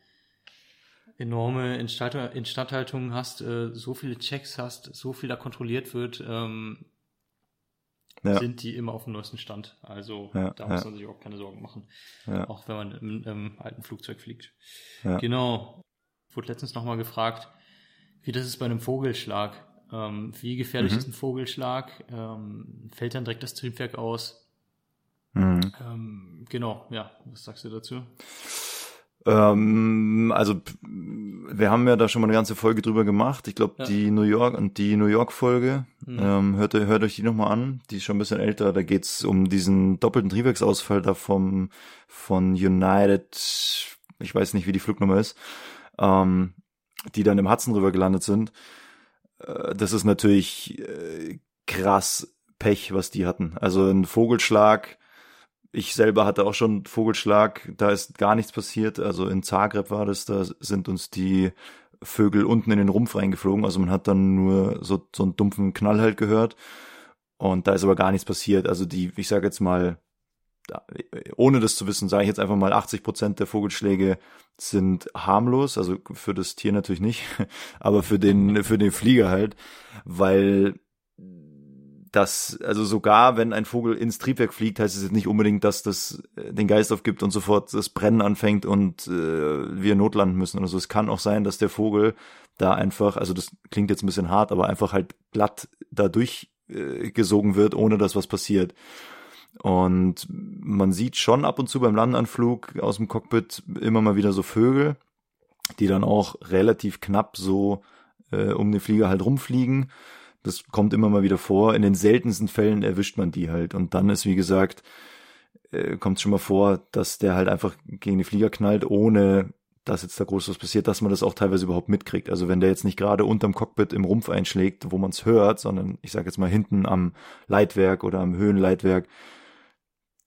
A: enorme Instandhaltungen hast, so viele Checks hast, so viel da kontrolliert wird, sind die immer auf dem neuesten Stand. Also da muss man sich auch keine Sorgen machen, auch wenn man im alten Flugzeug fliegt. Genau. Ich wurde letztens nochmal gefragt, wie das ist bei einem Vogelschlag. Wie gefährlich ist ein Vogelschlag? Fällt dann direkt das Triebwerk aus? Genau, was sagst du dazu?
B: Also wir haben ja da schon mal eine ganze Folge drüber gemacht. Ich glaube, die New York Folge, hört euch die nochmal an. Die ist schon ein bisschen älter. Da geht's um diesen doppelten Triebwerksausfall da von United, ich weiß nicht, wie die Flugnummer ist, die dann im Hudson River gelandet sind. Das ist natürlich krass Pech, was die hatten. Also ein Vogelschlag, ich selber hatte auch schon Vogelschlag, da ist gar nichts passiert. Also in Zagreb war das, da sind uns die Vögel unten in den Rumpf reingeflogen. Also man hat dann nur so einen dumpfen Knall halt gehört. Und da ist aber gar nichts passiert. Also ich sage jetzt mal, ohne das zu wissen, sage ich jetzt einfach mal, 80% der Vogelschläge sind harmlos, also für das Tier natürlich nicht, aber für den Flieger halt, weil das, also sogar wenn ein Vogel ins Triebwerk fliegt, heißt es jetzt nicht unbedingt, dass das den Geist aufgibt und sofort das Brennen anfängt und wir notlanden müssen oder so. Es kann auch sein, dass der Vogel da einfach, also das klingt jetzt ein bisschen hart, aber einfach halt glatt da durchgesogen wird, ohne dass was passiert. Und man sieht schon ab und zu beim Landeanflug aus dem Cockpit immer mal wieder so Vögel, die dann auch relativ knapp so um den Flieger halt rumfliegen. Das kommt immer mal wieder vor. In den seltensten Fällen erwischt man die halt. Und dann ist, wie gesagt, kommt es schon mal vor, dass der halt einfach gegen den Flieger knallt, ohne dass jetzt da groß was passiert, dass man das auch teilweise überhaupt mitkriegt. Also wenn der jetzt nicht gerade unterm Cockpit im Rumpf einschlägt, wo man es hört, sondern ich sage jetzt mal hinten am Leitwerk oder am Höhenleitwerk,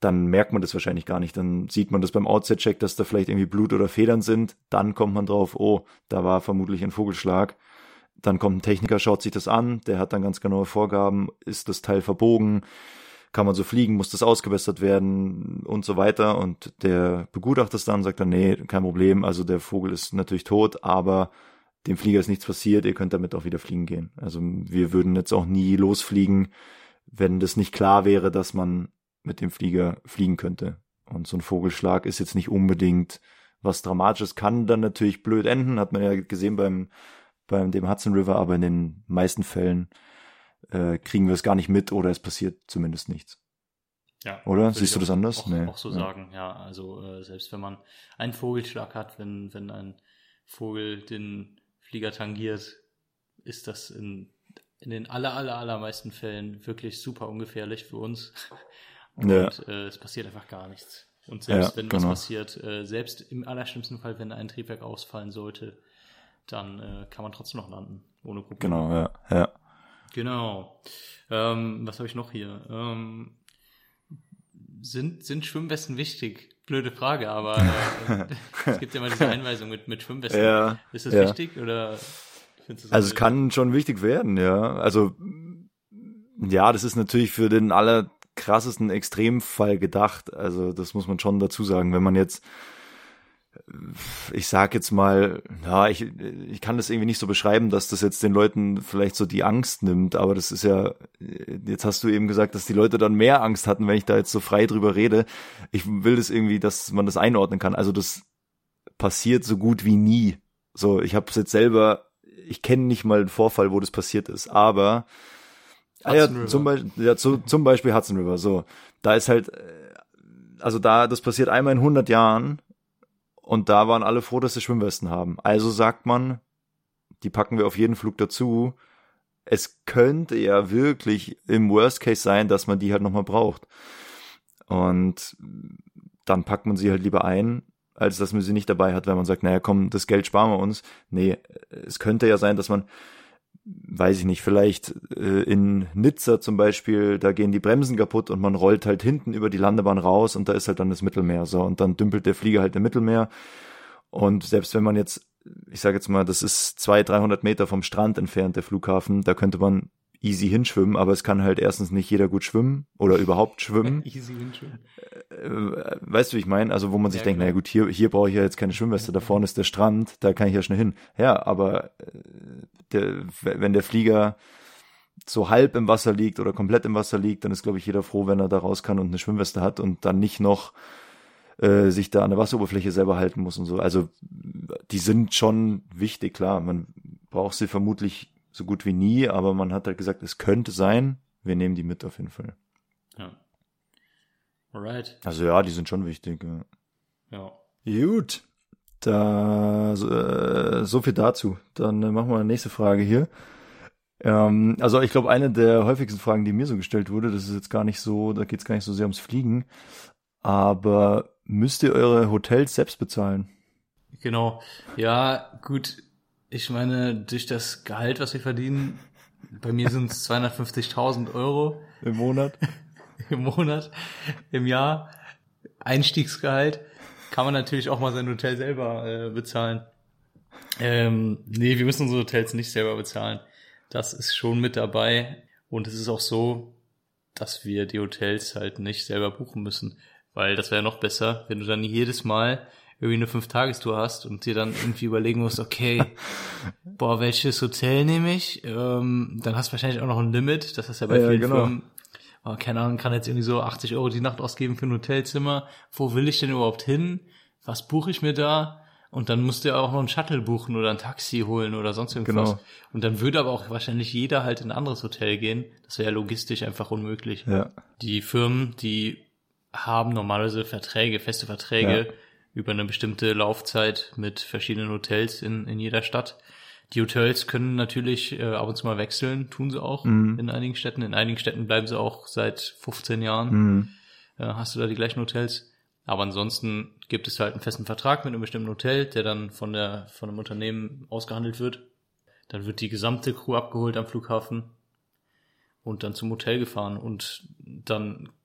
B: dann merkt man das wahrscheinlich gar nicht. Dann sieht man das beim Outset-Check, dass da vielleicht irgendwie Blut oder Federn sind. Dann kommt man drauf, oh, da war vermutlich ein Vogelschlag. Dann kommt ein Techniker, schaut sich das an, der hat dann ganz genaue Vorgaben, ist das Teil verbogen, kann man so fliegen, muss das ausgebessert werden und so weiter. Und der begutachtet es dann, sagt dann, nee, kein Problem, also der Vogel ist natürlich tot, aber dem Flieger ist nichts passiert, ihr könnt damit auch wieder fliegen gehen. Also wir würden jetzt auch nie losfliegen, wenn das nicht klar wäre, dass man mit dem Flieger fliegen könnte. Und so ein Vogelschlag ist jetzt nicht unbedingt was Dramatisches, kann dann natürlich blöd enden, hat man ja gesehen beim dem Hudson River, aber in den meisten Fällen kriegen wir es gar nicht mit oder es passiert zumindest nichts.
A: Ja.
B: Oder? Siehst du das anders?
A: Auch so sagen, ja. Also selbst wenn man einen Vogelschlag hat, wenn ein Vogel den Flieger tangiert, ist das in den allermeisten Fällen wirklich super ungefährlich für uns. Und es passiert einfach gar nichts. Und selbst wenn was passiert, selbst im allerschlimmsten Fall, wenn ein Triebwerk ausfallen sollte, dann kann man trotzdem noch landen, ohne Probleme.
B: Genau, ja.
A: Genau. Was habe ich noch hier? Sind Schwimmwesten wichtig? Blöde Frage, aber es gibt ja mal diese Einweisung mit Schwimmwesten.
B: Ja,
A: ist das wichtig oder findest du das
B: also es kann schon wichtig werden, ja. Also ja, das ist natürlich für den allerkrassesten Extremfall gedacht. Also das muss man schon dazu sagen. Wenn man jetzt, ich sag jetzt mal, ja, ich kann das irgendwie nicht so beschreiben, dass das jetzt den Leuten vielleicht so die Angst nimmt, aber das ist ja, jetzt hast du eben gesagt, dass die Leute dann mehr Angst hatten, wenn ich da jetzt so frei drüber rede. Ich will das irgendwie, dass man das einordnen kann. Also das passiert so gut wie nie. So, ich habe es jetzt selber, ich kenne nicht mal einen Vorfall, wo das passiert ist, aber zum Beispiel Hudson River, so, da ist halt, also das passiert einmal in 100 Jahren. Und da waren alle froh, dass sie Schwimmwesten haben. Also sagt man, die packen wir auf jeden Flug dazu. Es könnte ja wirklich im Worst Case sein, dass man die halt nochmal braucht. Und dann packt man sie halt lieber ein, als dass man sie nicht dabei hat, wenn man sagt, naja, komm, das Geld sparen wir uns. Nee, es könnte ja sein, dass man, weiß ich nicht, vielleicht in Nizza zum Beispiel, da gehen die Bremsen kaputt und man rollt halt hinten über die Landebahn raus und da ist halt dann das Mittelmeer so und dann dümpelt der Flieger halt im Mittelmeer und selbst wenn man jetzt, ich sage jetzt mal, das ist 200-300 Meter vom Strand entfernt, der Flughafen, da könnte man easy hinschwimmen, aber es kann halt erstens nicht jeder gut schwimmen oder überhaupt schwimmen.
A: Easy hinschwimmen.
B: Weißt du, wie ich meine? Also wo man sich denkt, naja gut, hier brauche ich ja jetzt keine Schwimmweste, da vorne ist der Strand, da kann ich ja schnell hin. Ja, aber wenn der Flieger so halb im Wasser liegt oder komplett im Wasser liegt, dann ist, glaube ich, jeder froh, wenn er da raus kann und eine Schwimmweste hat und dann nicht noch sich da an der Wasseroberfläche selber halten muss und so. Also die sind schon wichtig, klar. Man braucht sie vermutlich so gut wie nie, aber man hat halt gesagt, es könnte sein, wir nehmen die mit auf jeden Fall.
A: Ja. Alright.
B: Also ja, die sind schon wichtig.
A: Ja.
B: Gut. Da so viel dazu. Dann machen wir eine nächste Frage hier. Also ich glaube, eine der häufigsten Fragen, die mir so gestellt wurde, das ist jetzt gar nicht so, da geht es gar nicht so sehr ums Fliegen, aber müsst ihr eure Hotels selbst bezahlen?
A: Genau. Ja, gut. Ich meine, durch das Gehalt, was wir verdienen, bei mir sind es 250.000 Euro.
B: Im Monat?
A: Im Monat, im Jahr. Einstiegsgehalt. Kann man natürlich auch mal sein Hotel selber bezahlen. Nee, wir müssen unsere Hotels nicht selber bezahlen. Das ist schon mit dabei. Und es ist auch so, dass wir die Hotels halt nicht selber buchen müssen. Weil das wäre noch besser, wenn du dann jedes Mal irgendwie eine 5-Tagestour hast und dir dann irgendwie überlegen musst, okay, welches Hotel nehme ich? Dann hast du wahrscheinlich auch noch ein Limit. Das ist ja bei vielen Firmen. Keine Ahnung, kann jetzt irgendwie so 80 Euro die Nacht ausgeben für ein Hotelzimmer. Wo will ich denn überhaupt hin? Was buche ich mir da? Und dann musst du ja auch noch ein Shuttle buchen oder ein Taxi holen oder sonst irgendwas. Genau. Und dann würde aber auch wahrscheinlich jeder halt in ein anderes Hotel gehen. Das wäre ja logistisch einfach unmöglich.
B: Ja.
A: Die Firmen, die haben normalerweise feste Verträge über eine bestimmte Laufzeit mit verschiedenen Hotels in jeder Stadt. Die Hotels können natürlich ab und zu mal wechseln, tun sie auch in einigen Städten. In einigen Städten bleiben sie auch seit 15 Jahren. Hast du da die gleichen Hotels. Aber ansonsten gibt es halt einen festen Vertrag mit einem bestimmten Hotel, der dann von einem Unternehmen ausgehandelt wird. Dann wird die gesamte Crew abgeholt am Flughafen und dann zum Hotel gefahren. Und dann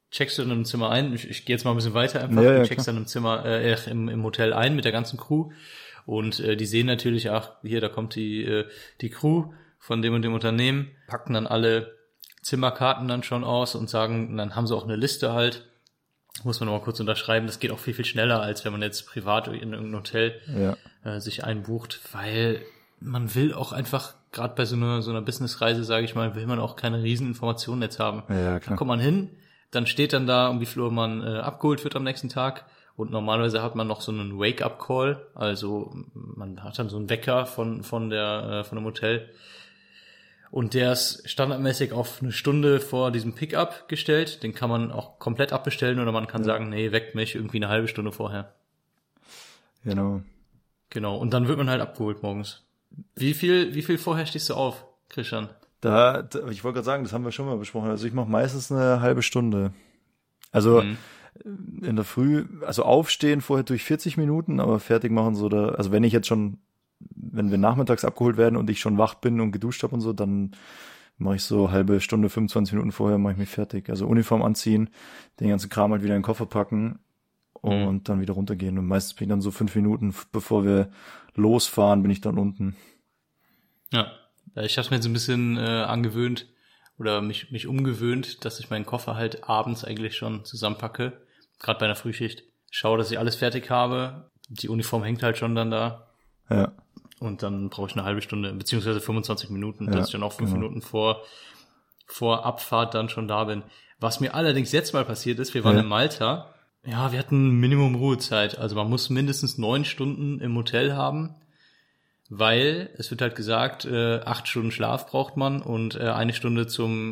A: checkst du in einem Zimmer ein. Ich gehe jetzt mal ein bisschen weiter einfach.
B: Ja,
A: du checkst dann im Zimmer, im Hotel ein mit der ganzen Crew. Und die sehen natürlich, ach, hier, da kommt die Crew von dem und dem Unternehmen, packen dann alle Zimmerkarten dann schon aus und sagen, dann haben sie auch eine Liste halt. Muss man noch mal kurz unterschreiben. Das geht auch viel, viel schneller, als wenn man jetzt privat in irgendein Hotel sich einbucht, weil man will auch einfach, gerade bei so einer Businessreise, sage ich mal, will man auch keine riesen Informationen jetzt haben.
B: Ja, klar.
A: Dann kommt man hin, dann steht dann da, um wie viel Uhr man abgeholt wird am nächsten Tag. Und normalerweise hat man noch so einen Wake-up-Call, also man hat dann so einen Wecker von dem Hotel. Und der ist standardmäßig auf eine Stunde vor diesem Pickup gestellt. Den kann man auch komplett abbestellen oder man kann sagen, nee, weckt mich irgendwie eine halbe Stunde vorher.
B: Genau.
A: Genau, und dann wird man halt abgeholt morgens. Wie viel vorher stehst du auf, Christian?
B: Ich wollte gerade sagen, das haben wir schon mal besprochen. Also ich mache meistens eine halbe Stunde. Also in der Früh, also aufstehen vorher durch 40 Minuten, aber fertig machen so da. Also wenn wir nachmittags abgeholt werden und ich schon wach bin und geduscht habe und so, dann mache ich so halbe Stunde, 25 Minuten vorher mache ich mich fertig. Also Uniform anziehen, den ganzen Kram halt wieder in den Koffer packen und dann wieder runtergehen. Und meistens bin ich dann so 5 Minuten, bevor wir losfahren, bin ich dann unten.
A: Ja, ich habe mir jetzt ein bisschen angewöhnt oder mich umgewöhnt, dass ich meinen Koffer halt abends eigentlich schon zusammenpacke, gerade bei einer Frühschicht. Schaue, dass ich alles fertig habe. Die Uniform hängt halt schon dann da.
B: Ja.
A: Und dann brauche ich eine halbe Stunde, beziehungsweise 25 Minuten, dass ich dann auch 5 Minuten vor Abfahrt dann schon da bin. Was mir allerdings jetzt mal passiert ist, wir waren in Malta. Ja, wir hatten Minimum Ruhezeit. Also man muss mindestens 9 Stunden im Hotel haben, weil es wird halt gesagt, 8 Stunden Schlaf braucht man und eine Stunde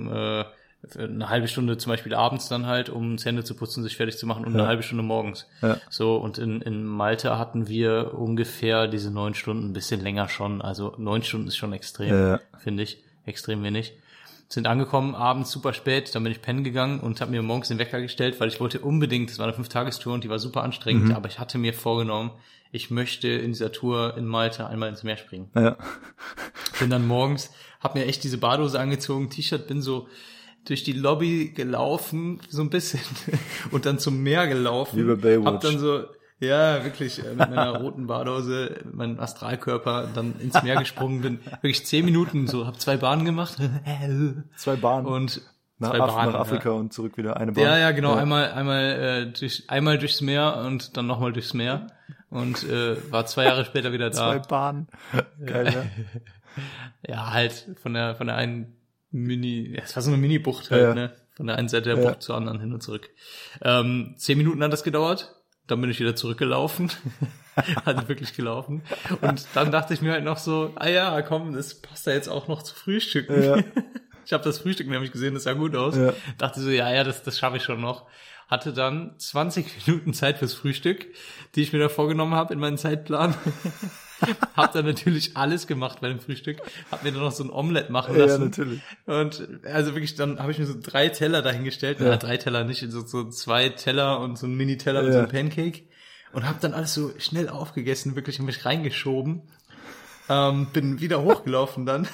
A: eine halbe Stunde zum Beispiel abends dann halt, um Zähne zu putzen, sich fertig zu machen und eine halbe Stunde morgens. Ja. So, und in Malta hatten wir ungefähr diese 9 Stunden, ein bisschen länger schon. Also 9 Stunden ist schon extrem, finde ich. Extrem wenig. Sind angekommen, abends super spät, dann bin ich pennen gegangen und habe mir morgens den Wecker gestellt, weil ich wollte unbedingt, das war eine 5-Tagestour und die war super anstrengend, aber ich hatte mir vorgenommen, ich möchte in dieser Tour in Malta einmal ins Meer springen. Ja. Bin dann morgens, hab mir echt diese Badehose angezogen, T-Shirt, bin so durch die Lobby gelaufen, so ein bisschen, und dann zum Meer gelaufen.
B: Wie bei Baywatch.
A: Hab dann so, ja, wirklich, mit meiner roten Badehose, meinem Astralkörper, dann ins Meer gesprungen bin. Wirklich 10 Minuten, so, hab 2 Bahnen gemacht.
B: 2 Bahnen.
A: Und
B: nach Afrika und zurück wieder eine Bahn.
A: Ja, genau, einmal durchs Meer und dann nochmal durchs Meer. Und war 2 Jahre später wieder da.
B: 2 Bahnen. Geil, ne?
A: Ja, halt von der einen es war so eine Mini-Bucht halt, ne? Von der einen Seite der Bucht zur anderen hin und zurück. 10 Minuten hat das gedauert. Dann bin ich wieder zurückgelaufen. Also wirklich gelaufen. Und dann dachte ich mir halt noch so, ja, komm, das passt ja jetzt auch noch zu Frühstücken. Ja. Ich habe das Frühstück nämlich gesehen, das sah gut aus. Ja. Dachte so, das schaffe ich schon noch. Hatte dann 20 Minuten Zeit fürs Frühstück, die ich mir da vorgenommen habe in meinen Zeitplan. Hab dann natürlich alles gemacht bei dem Frühstück. Hab mir dann noch so ein Omelett machen lassen. Ja, natürlich. Und also wirklich, dann habe ich mir so 3 Teller dahingestellt. Ja. 3 Teller nicht, so 2 Teller und so ein Mini-Teller mit so einem Pancake. Und hab dann alles so schnell aufgegessen, wirklich in mich reingeschoben. Bin wieder hochgelaufen dann.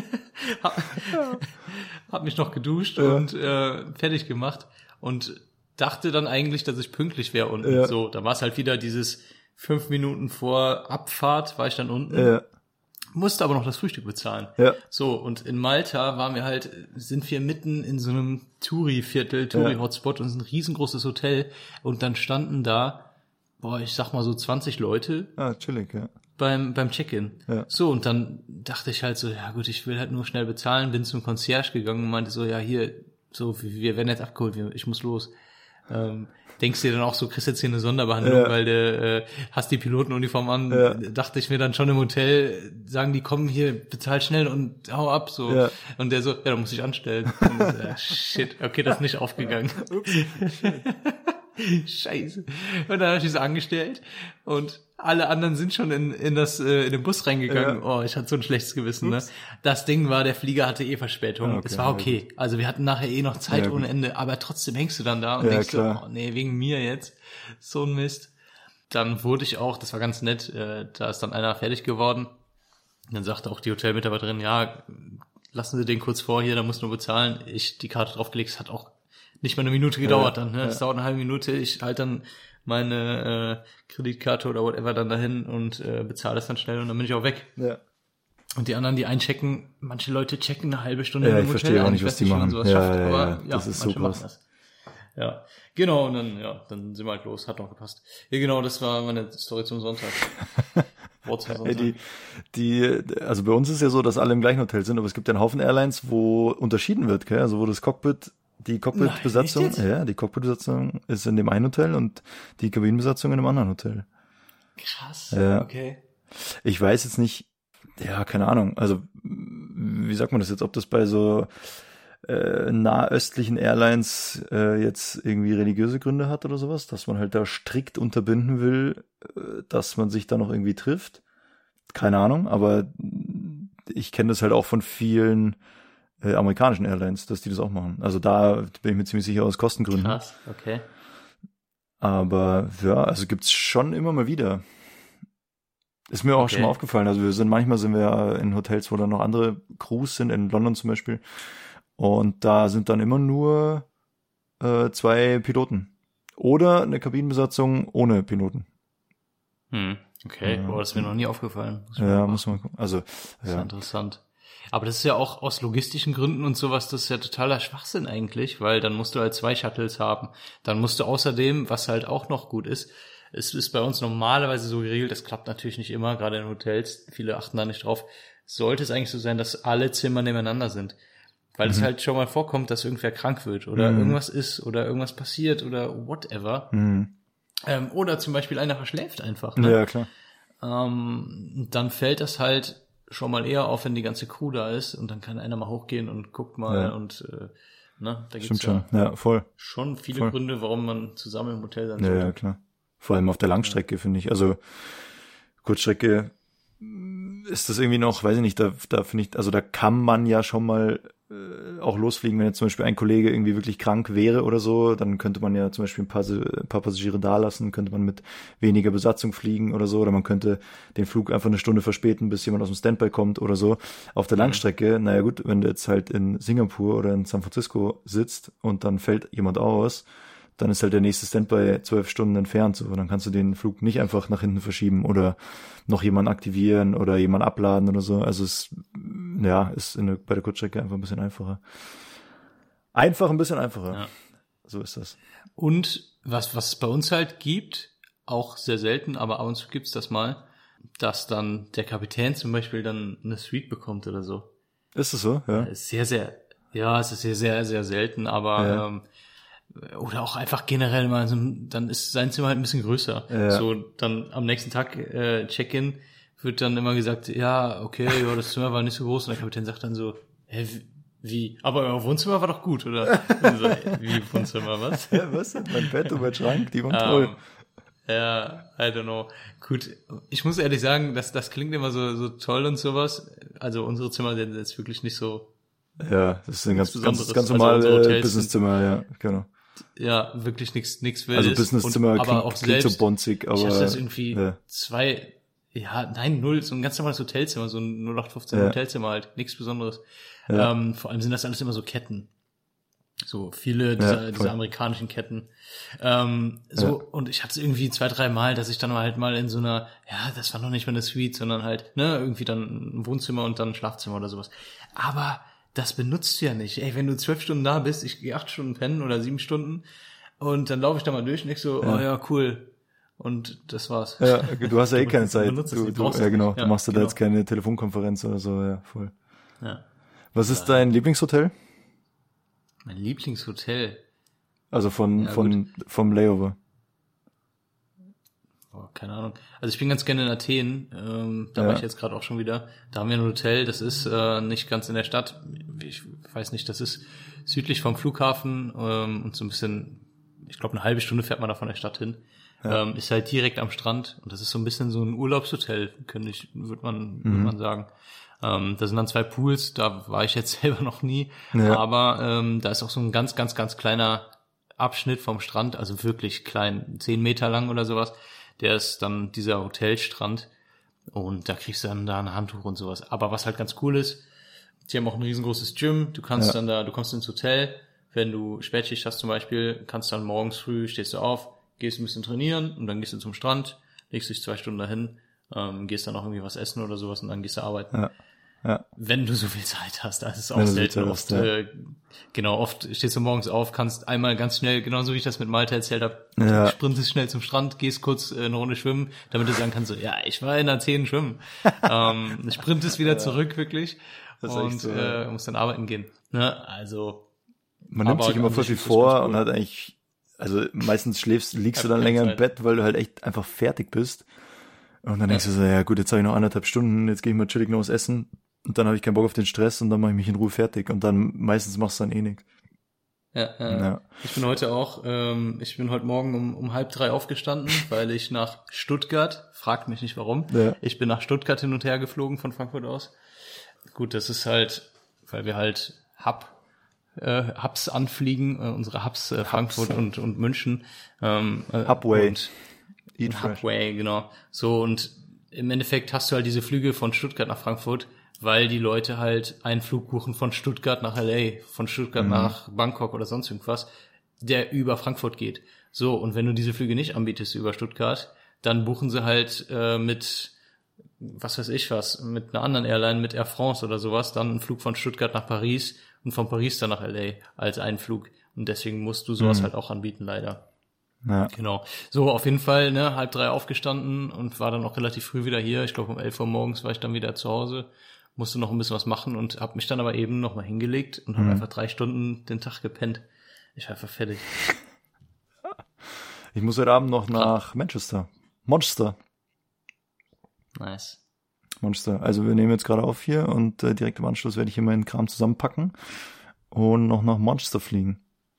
A: Hab mich noch geduscht und fertig gemacht. Und dachte dann eigentlich, dass ich pünktlich wäre unten. Ja. So, da war es halt wieder dieses 5 Minuten vor Abfahrt war ich dann unten. Ja. Musste aber noch das Frühstück bezahlen. Ja. So, und in Malta sind wir mitten in so einem Touri-Viertel, Touri-Hotspot und es ist ein riesengroßes Hotel. Und dann standen da, ich sag mal so 20 Leute. Ah, chillig, ja. Beim Check-in. Ja. So, und dann dachte ich halt so, ja gut, ich will halt nur schnell bezahlen, bin zum Concierge gegangen und meinte so, ja hier, so, wir werden jetzt abgeholt, ich muss los. Denkst du dir dann auch so, kriegst jetzt hier eine Sonderbehandlung, weil du hast die Pilotenuniform an, dachte ich mir dann schon im Hotel, sagen die, komm hier, bezahl schnell und hau ab, so. Ja. Und der so, da muss ich anstellen. Und so, shit, okay, das ist nicht aufgegangen. Scheiße. Und dann habe ich das angestellt und alle anderen sind schon in den Bus reingegangen. Ja. Ich hatte so ein schlechtes Gewissen, ne? Das Ding war, der Flieger hatte Verspätung. Es war okay. Also wir hatten nachher noch Zeit ohne Ende, aber trotzdem hängst du dann da und denkst so, nee, wegen mir jetzt. So ein Mist. Dann wurde ich auch, das war ganz nett, da ist dann einer fertig geworden. Und dann sagte auch die Hotelmitarbeiterin, ja, lassen Sie den kurz vor hier, da muss nur bezahlen. Ich die Karte draufgelegt, es hat auch nicht mal eine Minute gedauert dann. Ne? Das dauert eine halbe Minute. Ich halte dann meine Kreditkarte oder whatever dann dahin und bezahle das dann schnell und dann bin ich auch weg.
B: Ja.
A: Und die anderen, die einchecken, manche Leute checken eine halbe Stunde
B: Ja,
A: im
B: ich
A: Hotel
B: verstehe auch
A: ein.
B: nicht, was die
A: weiß wie man
B: machen.
A: sowas
B: Ja,
A: schafft,
B: ja,
A: aber
B: ja, das ist so
A: manche machen
B: krass.
A: das. Ja, genau, und dann sind wir halt los, hat noch gepasst. Ja, genau, das war meine Story zum Sonntag. Wort zum Sonntag.
B: Also bei uns ist ja so, dass alle im gleichen Hotel sind, aber es gibt ja einen Haufen Airlines, wo unterschieden wird, gell? Also wo das die Cockpit-Besatzung, die Cockpit-Besatzung ist in dem einen Hotel und die Kabinenbesatzung in einem anderen Hotel.
A: Krass,
B: ja.
A: Okay.
B: Ich weiß jetzt nicht, ja, keine Ahnung, also wie sagt man das jetzt, ob das bei so nahöstlichen Airlines jetzt irgendwie religiöse Gründe hat oder sowas, dass man halt da strikt unterbinden will, dass man sich da noch irgendwie trifft. Keine Ahnung, aber ich kenne das halt auch von vielen amerikanischen Airlines, dass die das auch machen. Also da bin ich mir ziemlich sicher aus Kostengründen.
A: Krass, okay.
B: Aber ja, also gibt's schon immer mal wieder. Ist mir auch schon mal aufgefallen. Also manchmal sind wir ja in Hotels, wo dann noch andere Crews sind, in London zum Beispiel. Und da sind dann immer nur 2 Piloten. Oder eine Kabinenbesatzung ohne Piloten.
A: Okay, boah, das ist mir noch nie aufgefallen.
B: Muss man gucken. Also,
A: das ist interessant. Aber das ist ja auch aus logistischen Gründen und sowas, das ist ja totaler Schwachsinn eigentlich, weil dann musst du halt 2 Shuttles haben. Dann musst du außerdem, was halt auch noch gut ist, es ist bei uns normalerweise so geregelt, das klappt natürlich nicht immer, gerade in Hotels, viele achten da nicht drauf, sollte es eigentlich so sein, dass alle Zimmer nebeneinander sind. Weil es halt schon mal vorkommt, dass irgendwer krank wird oder irgendwas ist oder irgendwas passiert oder whatever. Oder zum Beispiel einer verschläft einfach. Ne?
B: Ja, klar.
A: Dann fällt das halt schon mal eher auf, wenn die ganze Crew da ist und dann kann einer mal hochgehen und guckt mal und da gibt's
B: stimmt schon. Ja, voll.
A: Schon viele Gründe, warum man zusammen im Hotel sein sollte.
B: Ja, klar. Vor allem auf der Langstrecke, finde ich. Also Kurzstrecke ist das irgendwie noch, weiß ich nicht, da finde ich, also da kann man ja schon mal auch losfliegen, wenn jetzt zum Beispiel ein Kollege irgendwie wirklich krank wäre oder so, dann könnte man ja zum Beispiel ein paar Passagiere da lassen, könnte man mit weniger Besatzung fliegen oder so, oder man könnte den Flug einfach eine Stunde verspäten, bis jemand aus dem Standby kommt oder so. Auf der Langstrecke, naja gut, wenn du jetzt halt in Singapur oder in San Francisco sitzt und dann fällt jemand aus, dann ist halt der nächste Standby 12 Stunden entfernt, so, dann kannst du den Flug nicht einfach nach hinten verschieben oder noch jemanden aktivieren oder jemanden abladen oder so. Also es ist bei der Kurzstrecke einfach ein bisschen einfacher. Ein bisschen einfacher. Ja. So ist das.
A: Und was es bei uns halt gibt, auch sehr selten, aber ab und zu gibt's das mal, dass dann der Kapitän zum Beispiel dann eine Suite bekommt oder so.
B: Ist es so? Ja.
A: Es ist sehr, sehr, sehr selten, aber oder auch einfach generell mal, dann ist sein Zimmer halt ein bisschen größer. Ja. So, dann am nächsten Tag Check-in wird dann immer gesagt, ja, okay, ja, das Zimmer war nicht so groß und der Kapitän sagt dann so, wie? Aber euer Wohnzimmer war doch gut, oder? So, wie Wohnzimmer, was?
B: Ja, was? Mein Bett und mein Schrank, die waren toll.
A: Ja, I don't know. Gut, ich muss ehrlich sagen, das klingt immer so toll und sowas. Also unsere Zimmer sind jetzt wirklich nicht so.
B: Ja, das ist ein ganz normales Businesszimmer, ja, genau.
A: Ja, wirklich nichts Wildes.
B: Also Businesszimmer klingt so bonzig, aber.
A: Ich hatte das irgendwie 0, so ein ganz normales Hotelzimmer, so ein 0815 Hotelzimmer halt, nichts Besonderes. Ja. Vor allem sind das alles immer so Ketten. So viele dieser amerikanischen Ketten. Und ich hatte es irgendwie 2-3 Mal, dass ich dann halt mal in so einer, das war noch nicht mal eine Suite, sondern halt, irgendwie dann ein Wohnzimmer und dann ein Schlafzimmer oder sowas. Aber das benutzt du ja nicht. Ey, wenn du 12 Stunden da bist, ich gehe 8 Stunden pennen oder 7 Stunden und dann laufe ich da mal durch und ich so, oh ja, cool. Und das war's.
B: Ja, du hast ja keine Zeit. Du machst da jetzt keine Telefonkonferenz oder so, ja, voll.
A: Ja.
B: Was ist dein Lieblingshotel?
A: Mein Lieblingshotel?
B: Also vom Layover.
A: Oh, keine Ahnung. Also ich bin ganz gerne in Athen, da war ich jetzt gerade auch schon wieder. Da haben wir ein Hotel, das ist nicht ganz in der Stadt. Ich weiß nicht, das ist südlich vom Flughafen und so ein bisschen, ich glaube 1 halbe Stunde fährt man da von der Stadt hin. Ja. Ist halt direkt am Strand und das ist so ein bisschen so ein Urlaubshotel, würde man sagen. Da sind dann 2 Pools, da war ich jetzt selber noch nie, aber da ist auch so ein ganz, ganz, ganz kleiner Abschnitt vom Strand, also wirklich klein, 10 Meter lang oder sowas. Der ist dann dieser Hotelstrand und da kriegst du dann da ein Handtuch und sowas. Aber was halt ganz cool ist, die haben auch ein riesengroßes Gym, du kannst du kommst ins Hotel, wenn du Spätschicht hast zum Beispiel, kannst dann morgens früh, stehst du auf, gehst ein bisschen trainieren und dann gehst du zum Strand, legst dich 2 Stunden dahin, gehst dann auch irgendwie was essen oder sowas und dann gehst du arbeiten.
B: Ja.
A: Wenn du so viel Zeit hast, das ist auch selten. Oft stehst du morgens auf, kannst einmal ganz schnell, genauso wie ich das mit Malte erzählt habe, sprintest schnell zum Strand, gehst kurz eine Runde schwimmen, damit du sagen kannst, so, ja, ich war in der 10 schwimmen. Sprintest wieder zurück, wirklich. Und so, musst dann arbeiten gehen. Ne? Also
B: man nimmt sich immer voll viel vor und hat eigentlich, also meistens liegst du dann länger im Bett, weil du halt echt einfach fertig bist. Und dann denkst du so, ja gut, jetzt habe ich noch 1,5 Stunden, jetzt gehe ich mal chillig noch was essen. Und dann habe ich keinen Bock auf den Stress und dann mache ich mich in Ruhe fertig. Und dann meistens machst du dann eh nichts.
A: Ja. Ich bin heute Morgen um 2:30 aufgestanden, weil ich nach Stuttgart, fragt mich nicht warum, ich bin nach Stuttgart hin und her geflogen von Frankfurt aus. Gut, das ist halt, weil wir halt Hubs anfliegen, unsere Hubs Frankfurt und München.
B: Hubway.
A: Hubway, genau. So, und im Endeffekt hast du halt diese Flüge von Stuttgart nach Frankfurt, weil die Leute halt einen Flug buchen von Stuttgart nach LA, von Stuttgart nach Bangkok oder sonst irgendwas, der über Frankfurt geht. So, und wenn du diese Flüge nicht anbietest über Stuttgart, dann buchen sie halt mit, was weiß ich was, mit einer anderen Airline, mit Air France oder sowas, dann einen Flug von Stuttgart nach Paris und von Paris dann nach LA als einen Flug. Und deswegen musst du sowas halt auch anbieten, leider.
B: Ja.
A: Genau. So, auf jeden Fall, 2:30 aufgestanden und war dann auch relativ früh wieder hier. Ich glaube, um 11 Uhr morgens war ich dann wieder zu Hause, musste noch ein bisschen was machen und habe mich dann aber eben noch mal hingelegt und habe einfach 3 Stunden den Tag gepennt. Ich war einfach fertig.
B: Ich muss heute Abend noch nach Manchester.
A: Nice.
B: Monster. Also wir nehmen jetzt gerade auf hier und direkt im Anschluss werde ich hier meinen Kram zusammenpacken und noch nach Manchester fliegen.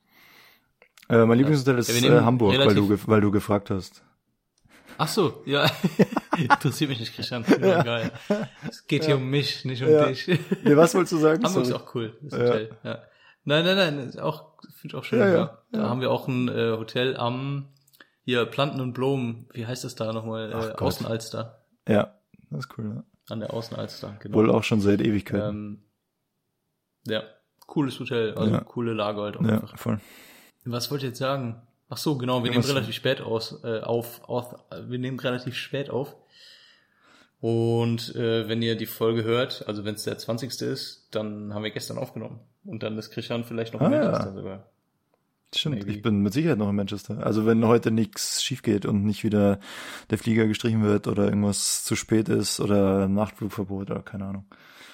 B: Mein Lieblingshotel ist Hamburg, weil du gefragt hast.
A: Ach so, ja. Interessiert mich nicht, Christian. Ja. Geil. Es geht hier um mich, nicht um dich.
B: Ja, was wolltest du sagen?
A: Hamburg ist auch cool, das Hotel. Ja. Nein, finde ich auch schön. Ja. Da haben wir auch ein Hotel am hier Planten und Blumen. Wie heißt das da nochmal? Außenalster.
B: Ja, das ist cool. Ja.
A: An der Außenalster, genau.
B: Wohl auch schon seit Ewigkeiten.
A: Ja, cooles Hotel, also coole Lage halt auch einfach.
B: Ja, voll.
A: Was wollte ich jetzt sagen? Ach so, genau, wir nehmen relativ spät wir nehmen relativ spät auf. Und wenn ihr die Folge hört, also wenn es der 20. ist, dann haben wir gestern aufgenommen. Und dann ist Christian vielleicht noch in Manchester sogar.
B: Stimmt,
A: Maybe.
B: Ich bin mit Sicherheit noch in Manchester. Also wenn heute nichts schief geht und nicht wieder der Flieger gestrichen wird oder irgendwas zu spät ist oder Nachtflugverbot oder keine Ahnung.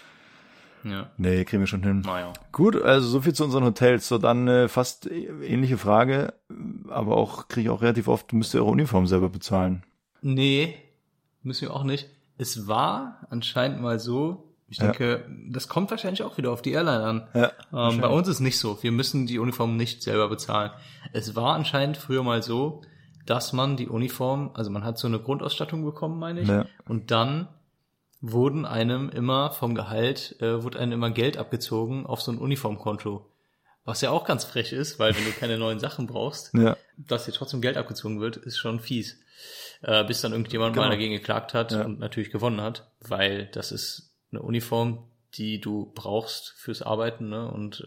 A: Ja.
B: Nee, kriegen wir schon hin.
A: Naja.
B: Gut, also so viel zu unseren Hotels. So, dann fast ähnliche Frage, aber auch kriege ich auch relativ oft, müsst ihr eure Uniform selber bezahlen.
A: Nee, müssen wir auch nicht. Es war anscheinend mal so, ich denke, das kommt wahrscheinlich auch wieder auf die Airline an.
B: Ja,
A: bei uns ist nicht so. Wir müssen die Uniform nicht selber bezahlen. Es war anscheinend früher mal so, dass man die Uniform, also man hat so eine Grundausstattung bekommen, meine ich, und dann wurden einem immer vom Gehalt, wurde einem immer Geld abgezogen auf so ein Uniformkonto. Was ja auch ganz frech ist, weil wenn du keine neuen Sachen brauchst, dass dir trotzdem Geld abgezogen wird, ist schon fies. Bis dann irgendjemand mal dagegen geklagt hat und natürlich gewonnen hat, weil das ist eine Uniform, die du brauchst fürs Arbeiten, ne? Und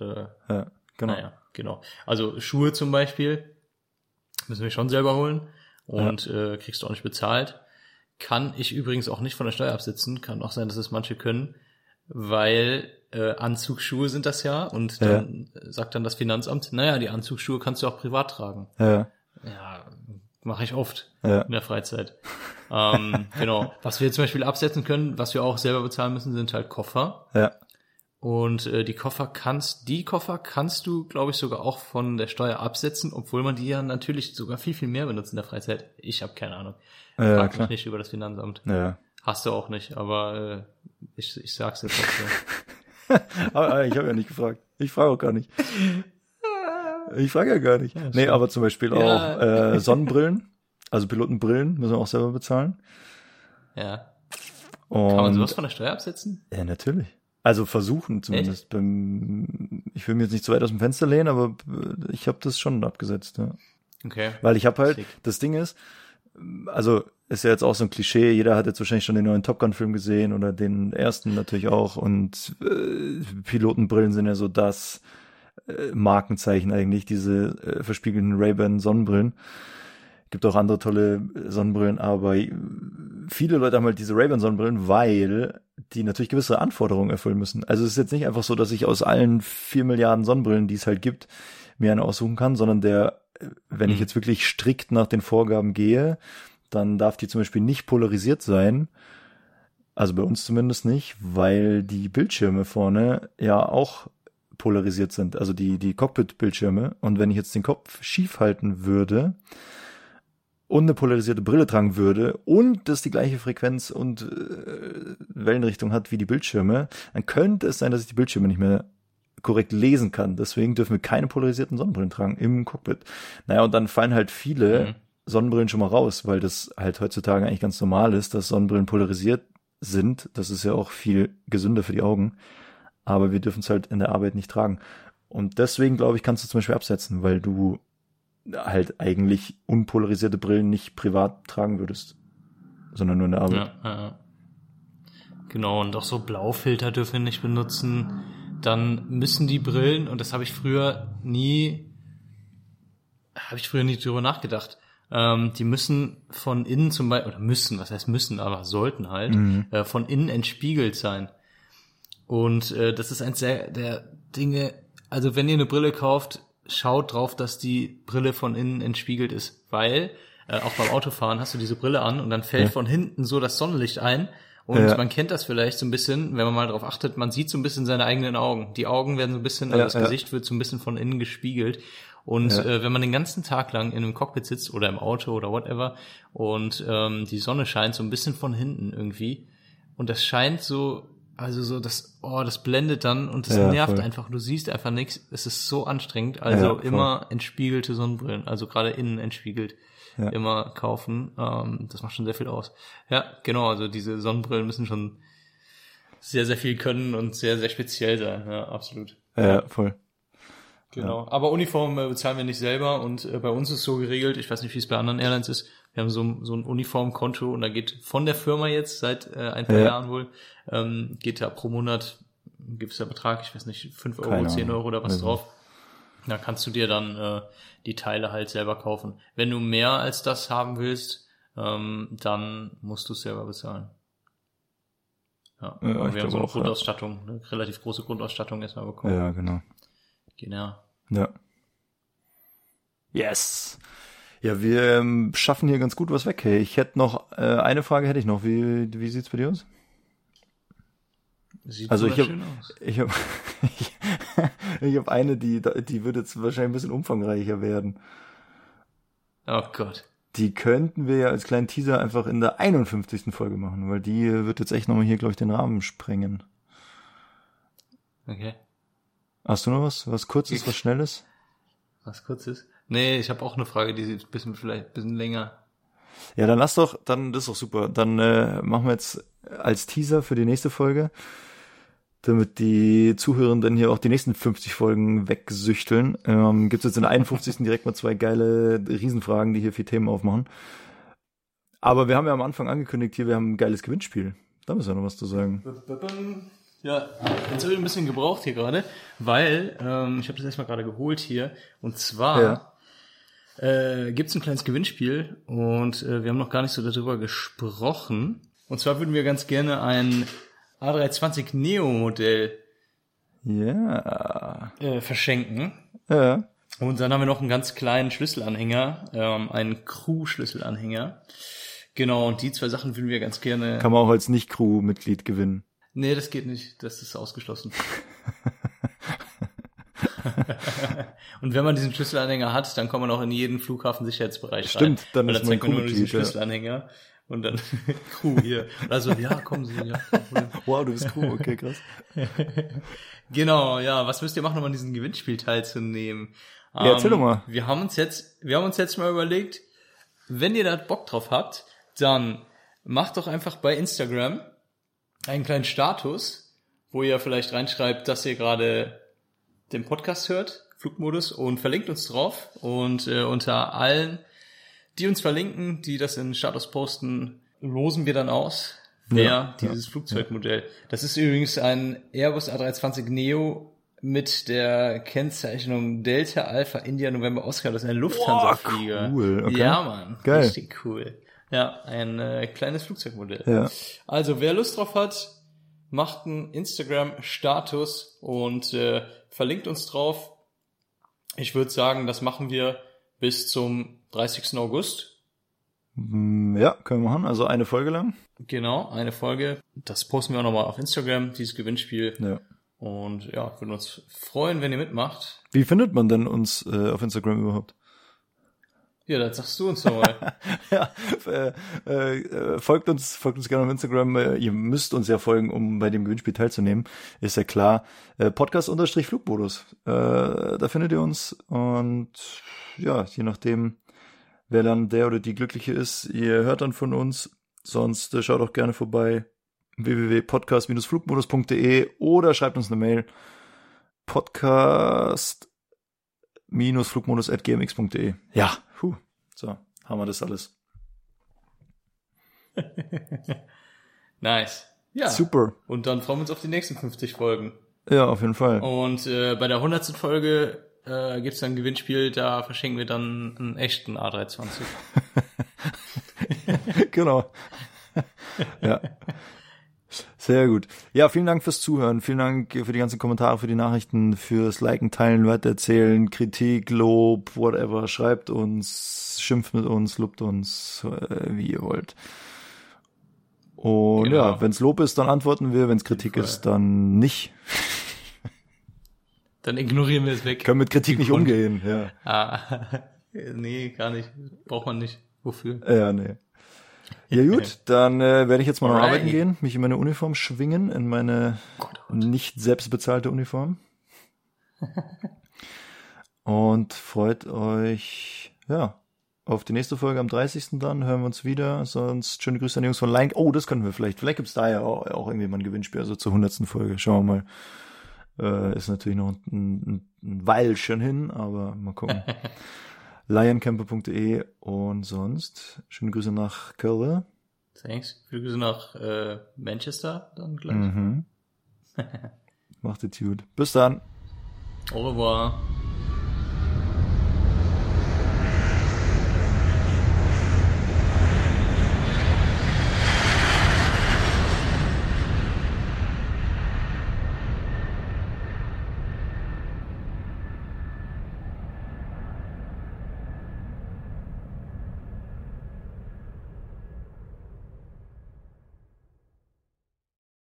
A: genau. Also Schuhe zum Beispiel müssen wir schon selber holen und kriegst du auch nicht bezahlt. Kann ich übrigens auch nicht von der Steuer absetzen. Kann auch sein, dass es manche können, weil Anzugsschuhe sind das ja und dann sagt dann das Finanzamt, die Anzugsschuhe kannst du auch privat tragen. Ja, mache ich oft in der Freizeit. Genau. Was wir zum Beispiel absetzen können, was wir auch selber bezahlen müssen, sind halt Koffer. Ja. Und die Koffer kannst du, glaube ich, sogar auch von der Steuer absetzen, obwohl man die ja natürlich sogar viel, viel mehr benutzt in der Freizeit. Ich habe keine Ahnung. Frag mich nicht über das Finanzamt. Ja. Hast du auch nicht, aber ich sag's dir trotzdem.
B: Aber ich habe ja nicht gefragt. Ich frage auch gar nicht. Ich frage ja gar nicht. Nee, aber zum Beispiel auch Sonnenbrillen, also Pilotenbrillen müssen wir auch selber bezahlen.
A: Ja. Und kann man sowas von der Steuer absetzen?
B: Ja, natürlich. Also versuchen zumindest. Ich will mir jetzt nicht zu weit aus dem Fenster lehnen, aber ich habe das schon abgesetzt. Ja.
A: Okay.
B: Weil ich habe halt, das Ding ist, also ist ja jetzt auch so ein Klischee, jeder hat jetzt wahrscheinlich schon den neuen Top Gun Film gesehen oder den ersten natürlich auch und Pilotenbrillen sind ja so das Markenzeichen eigentlich, diese verspiegelten Ray-Ban Sonnenbrillen. Gibt auch andere tolle Sonnenbrillen, aber viele Leute haben halt diese Ray-Ban Sonnenbrillen, weil die natürlich gewisse Anforderungen erfüllen müssen. Also es ist jetzt nicht einfach so, dass ich aus allen 4 Milliarden Sonnenbrillen, die es halt gibt, mir eine aussuchen kann, sondern wenn ich jetzt wirklich strikt nach den Vorgaben gehe, dann darf die zum Beispiel nicht polarisiert sein. Also bei uns zumindest nicht, weil die Bildschirme vorne ja auch polarisiert sind, also die Cockpit-Bildschirme. Und wenn ich jetzt den Kopf schief halten würde und eine polarisierte Brille tragen würde und das die gleiche Frequenz und Wellenrichtung hat wie die Bildschirme, dann könnte es sein, dass ich die Bildschirme nicht mehr korrekt lesen kann. Deswegen dürfen wir keine polarisierten Sonnenbrillen tragen im Cockpit. Naja, und dann fallen halt viele Sonnenbrillen schon mal raus, weil das halt heutzutage eigentlich ganz normal ist, dass Sonnenbrillen polarisiert sind. Das ist ja auch viel gesünder für die Augen. Aber wir dürfen es halt in der Arbeit nicht tragen. Und deswegen, glaube ich, kannst du zum Beispiel absetzen, weil du halt eigentlich unpolarisierte Brillen nicht privat tragen würdest, sondern nur in der Arbeit.
A: Ja. Genau, und auch so Blaufilter dürfen wir nicht benutzen. Dann müssen die Brillen, und das habe ich früher nie drüber nachgedacht, die müssen von innen zum Beispiel, oder müssen, was heißt müssen, aber sollten halt, von innen entspiegelt sein. Und das ist eins der Dinge, also wenn ihr eine Brille kauft, schaut drauf, dass die Brille von innen entspiegelt ist, weil auch beim Autofahren hast du diese Brille an und dann fällt von hinten so das Sonnenlicht ein und man kennt das vielleicht so ein bisschen, wenn man mal drauf achtet, man sieht so ein bisschen seine eigenen Augen. Die Augen werden so ein bisschen, also das Gesicht wird so ein bisschen von innen gespiegelt. Und wenn man den ganzen Tag lang in einem Cockpit sitzt oder im Auto oder whatever und die Sonne scheint so ein bisschen von hinten irgendwie und das scheint so, also so das blendet dann und das nervt einfach. Du siehst einfach nichts. Es ist so anstrengend. Also immer entspiegelte Sonnenbrillen, also gerade innen entspiegelt, immer kaufen. Das macht schon sehr viel aus. Ja, genau. Also diese Sonnenbrillen müssen schon sehr, sehr viel können und sehr, sehr speziell sein. Ja, absolut.
B: Ja, voll.
A: Genau. Aber Uniform bezahlen wir nicht selber und bei uns ist so geregelt, ich weiß nicht, wie es bei anderen Airlines ist, wir haben so ein Uniformkonto und da geht von der Firma jetzt seit ein paar Jahren wohl, geht da pro Monat ein gewisser Betrag, ich weiß nicht, 5 Euro,
B: Keine
A: 10
B: Ahnung.
A: Euro oder was drauf. Da kannst du dir dann die Teile halt selber kaufen. Wenn du mehr als das haben willst, dann musst du es selber bezahlen. Ja, aber wir haben so eine Grundausstattung, eine relativ große Grundausstattung erstmal bekommen.
B: Ja, genau.
A: Genau.
B: Ja. Yes. Ja, wir schaffen hier ganz gut was weg. Hey, ich hätte noch, eine Frage hätte ich noch. Wie sieht's bei dir aus?
A: Sieht
B: also
A: schön aus.
B: Ich habe eine, die wird jetzt wahrscheinlich ein bisschen umfangreicher werden.
A: Oh Gott.
B: Die könnten wir ja als kleinen Teaser einfach in der 51. Folge machen, weil die wird jetzt echt nochmal hier, glaube ich, den Rahmen sprengen.
A: Okay.
B: Hast du noch was Kurzes, was Schnelles?
A: Was Kurzes? Nee, ich habe auch eine Frage, die ist vielleicht ein bisschen länger.
B: Ja, dann das ist doch super. Dann machen wir jetzt als Teaser für die nächste Folge, damit die Zuhörenden hier auch die nächsten 50 Folgen wegsüchteln. Gibt's jetzt in der 51. direkt mal 2 geile Riesenfragen, die hier 4 Themen aufmachen. Aber wir haben ja am Anfang angekündigt, hier, wir haben ein geiles Gewinnspiel. Da müssen wir noch was zu sagen.
A: Ja, jetzt habe ich ein bisschen gebraucht hier gerade, weil ich habe das erstmal gerade geholt hier. Und zwar gibt's ein kleines Gewinnspiel und wir haben noch gar nicht so darüber gesprochen. Und zwar würden wir ganz gerne ein A320 Neo Modell verschenken.
B: Ja.
A: Und dann haben wir noch einen ganz kleinen Schlüsselanhänger, einen Crew-Schlüsselanhänger. Genau, und die 2 Sachen würden wir ganz gerne...
B: Kann man auch als Nicht-Crew-Mitglied gewinnen.
A: Nee, das geht nicht. Das ist ausgeschlossen. Und wenn man diesen Schlüsselanhänger hat, dann kommt man auch in jeden Flughafensicherheitsbereich rein.
B: Stimmt, dann ist man
A: nur diesen
B: Crew-Mitglied.
A: Schlüsselanhänger und dann Crew hier. Also ja, kommen Sie. Ja.
B: Wow, du bist Crew, okay, krass.
A: Genau, ja. Was müsst ihr machen, um an diesem Gewinnspiel teilzunehmen?
B: Ja, erzähl doch mal.
A: Wir haben uns jetzt mal überlegt, wenn ihr da Bock drauf habt, dann macht doch einfach bei Instagram einen kleinen Status, wo ihr vielleicht reinschreibt, dass ihr gerade den Podcast hört, Flugmodus, und verlinkt uns drauf. Und unter allen, die uns verlinken, die das in den Status posten, losen wir dann aus, wer dieses Flugzeugmodell. Das ist übrigens ein Airbus A320 Neo mit der Kennzeichnung Delta Alpha India November Oscar. Das ist ein Lufthansa-Flieger.
B: Cool. Okay.
A: Ja, Mann.
B: Geil.
A: Richtig cool. Ja, ein kleines Flugzeugmodell.
B: Ja.
A: Also, wer Lust drauf hat, macht einen Instagram-Status und verlinkt uns drauf. Ich würde sagen, das machen wir bis zum 30. August.
B: Ja, können wir machen. Also eine Folge lang.
A: Genau, eine Folge. Das posten wir auch nochmal auf Instagram, dieses Gewinnspiel.
B: Ja.
A: Und ja, würden uns freuen, wenn ihr mitmacht.
B: Wie findet man denn uns auf Instagram überhaupt?
A: Ja, das sagst du uns nochmal.
B: Ja, folgt uns gerne auf Instagram. Ihr müsst uns ja folgen, um bei dem Gewinnspiel teilzunehmen. Ist ja klar. Podcast-Flugmodus. Da findet ihr uns. Und ja, je nachdem, wer dann der oder die Glückliche ist, ihr hört dann von uns. Sonst schaut auch gerne vorbei www.podcast-flugmodus.de oder schreibt uns eine Mail podcast-flugmodus@gmx.de. Ja, so, haben wir das alles.
A: Nice. Ja.
B: Super.
A: Und dann freuen wir uns auf die nächsten 50 Folgen.
B: Ja, auf jeden Fall.
A: Und bei der 100. Folge gibt's dann ein Gewinnspiel, da verschenken wir dann einen echten A320.
B: Genau. Ja. Sehr gut. Ja, vielen Dank fürs Zuhören. Vielen Dank für die ganzen Kommentare, für die Nachrichten, fürs Liken, Teilen, Weitererzählen, Kritik, Lob, whatever. Schreibt uns, schimpft mit uns, lobt uns, wie ihr wollt. Und
A: genau.
B: Ja, wenn's Lob ist, dann antworten wir. Wenn's Kritik ist, dann nicht.
A: Dann ignorieren wir es weg.
B: Können mit Kritik nicht umgehen. Ja.
A: Nee, gar nicht. Braucht man nicht. Wofür?
B: Ja, nee. Ja gut, dann werde ich jetzt mal noch
A: Alright.
B: arbeiten gehen, mich in meine Uniform schwingen, in meine nicht selbst bezahlte Uniform. Und freut euch, ja, auf die nächste Folge am 30. dann, hören wir uns wieder. Sonst schöne Grüße an die Jungs von Line. Oh, das können wir vielleicht gibt's da ja auch irgendwie mal ein Gewinnspiel, also zur 100. Folge. Schauen wir mal. Ist natürlich noch ein Weilchen hin, aber mal gucken. lioncamper.de und sonst schöne Grüße nach Köln.
A: Thanks. Viele Grüße nach Manchester dann gleich.
B: Mhm. Macht es gut. Bis dann.
A: Au revoir.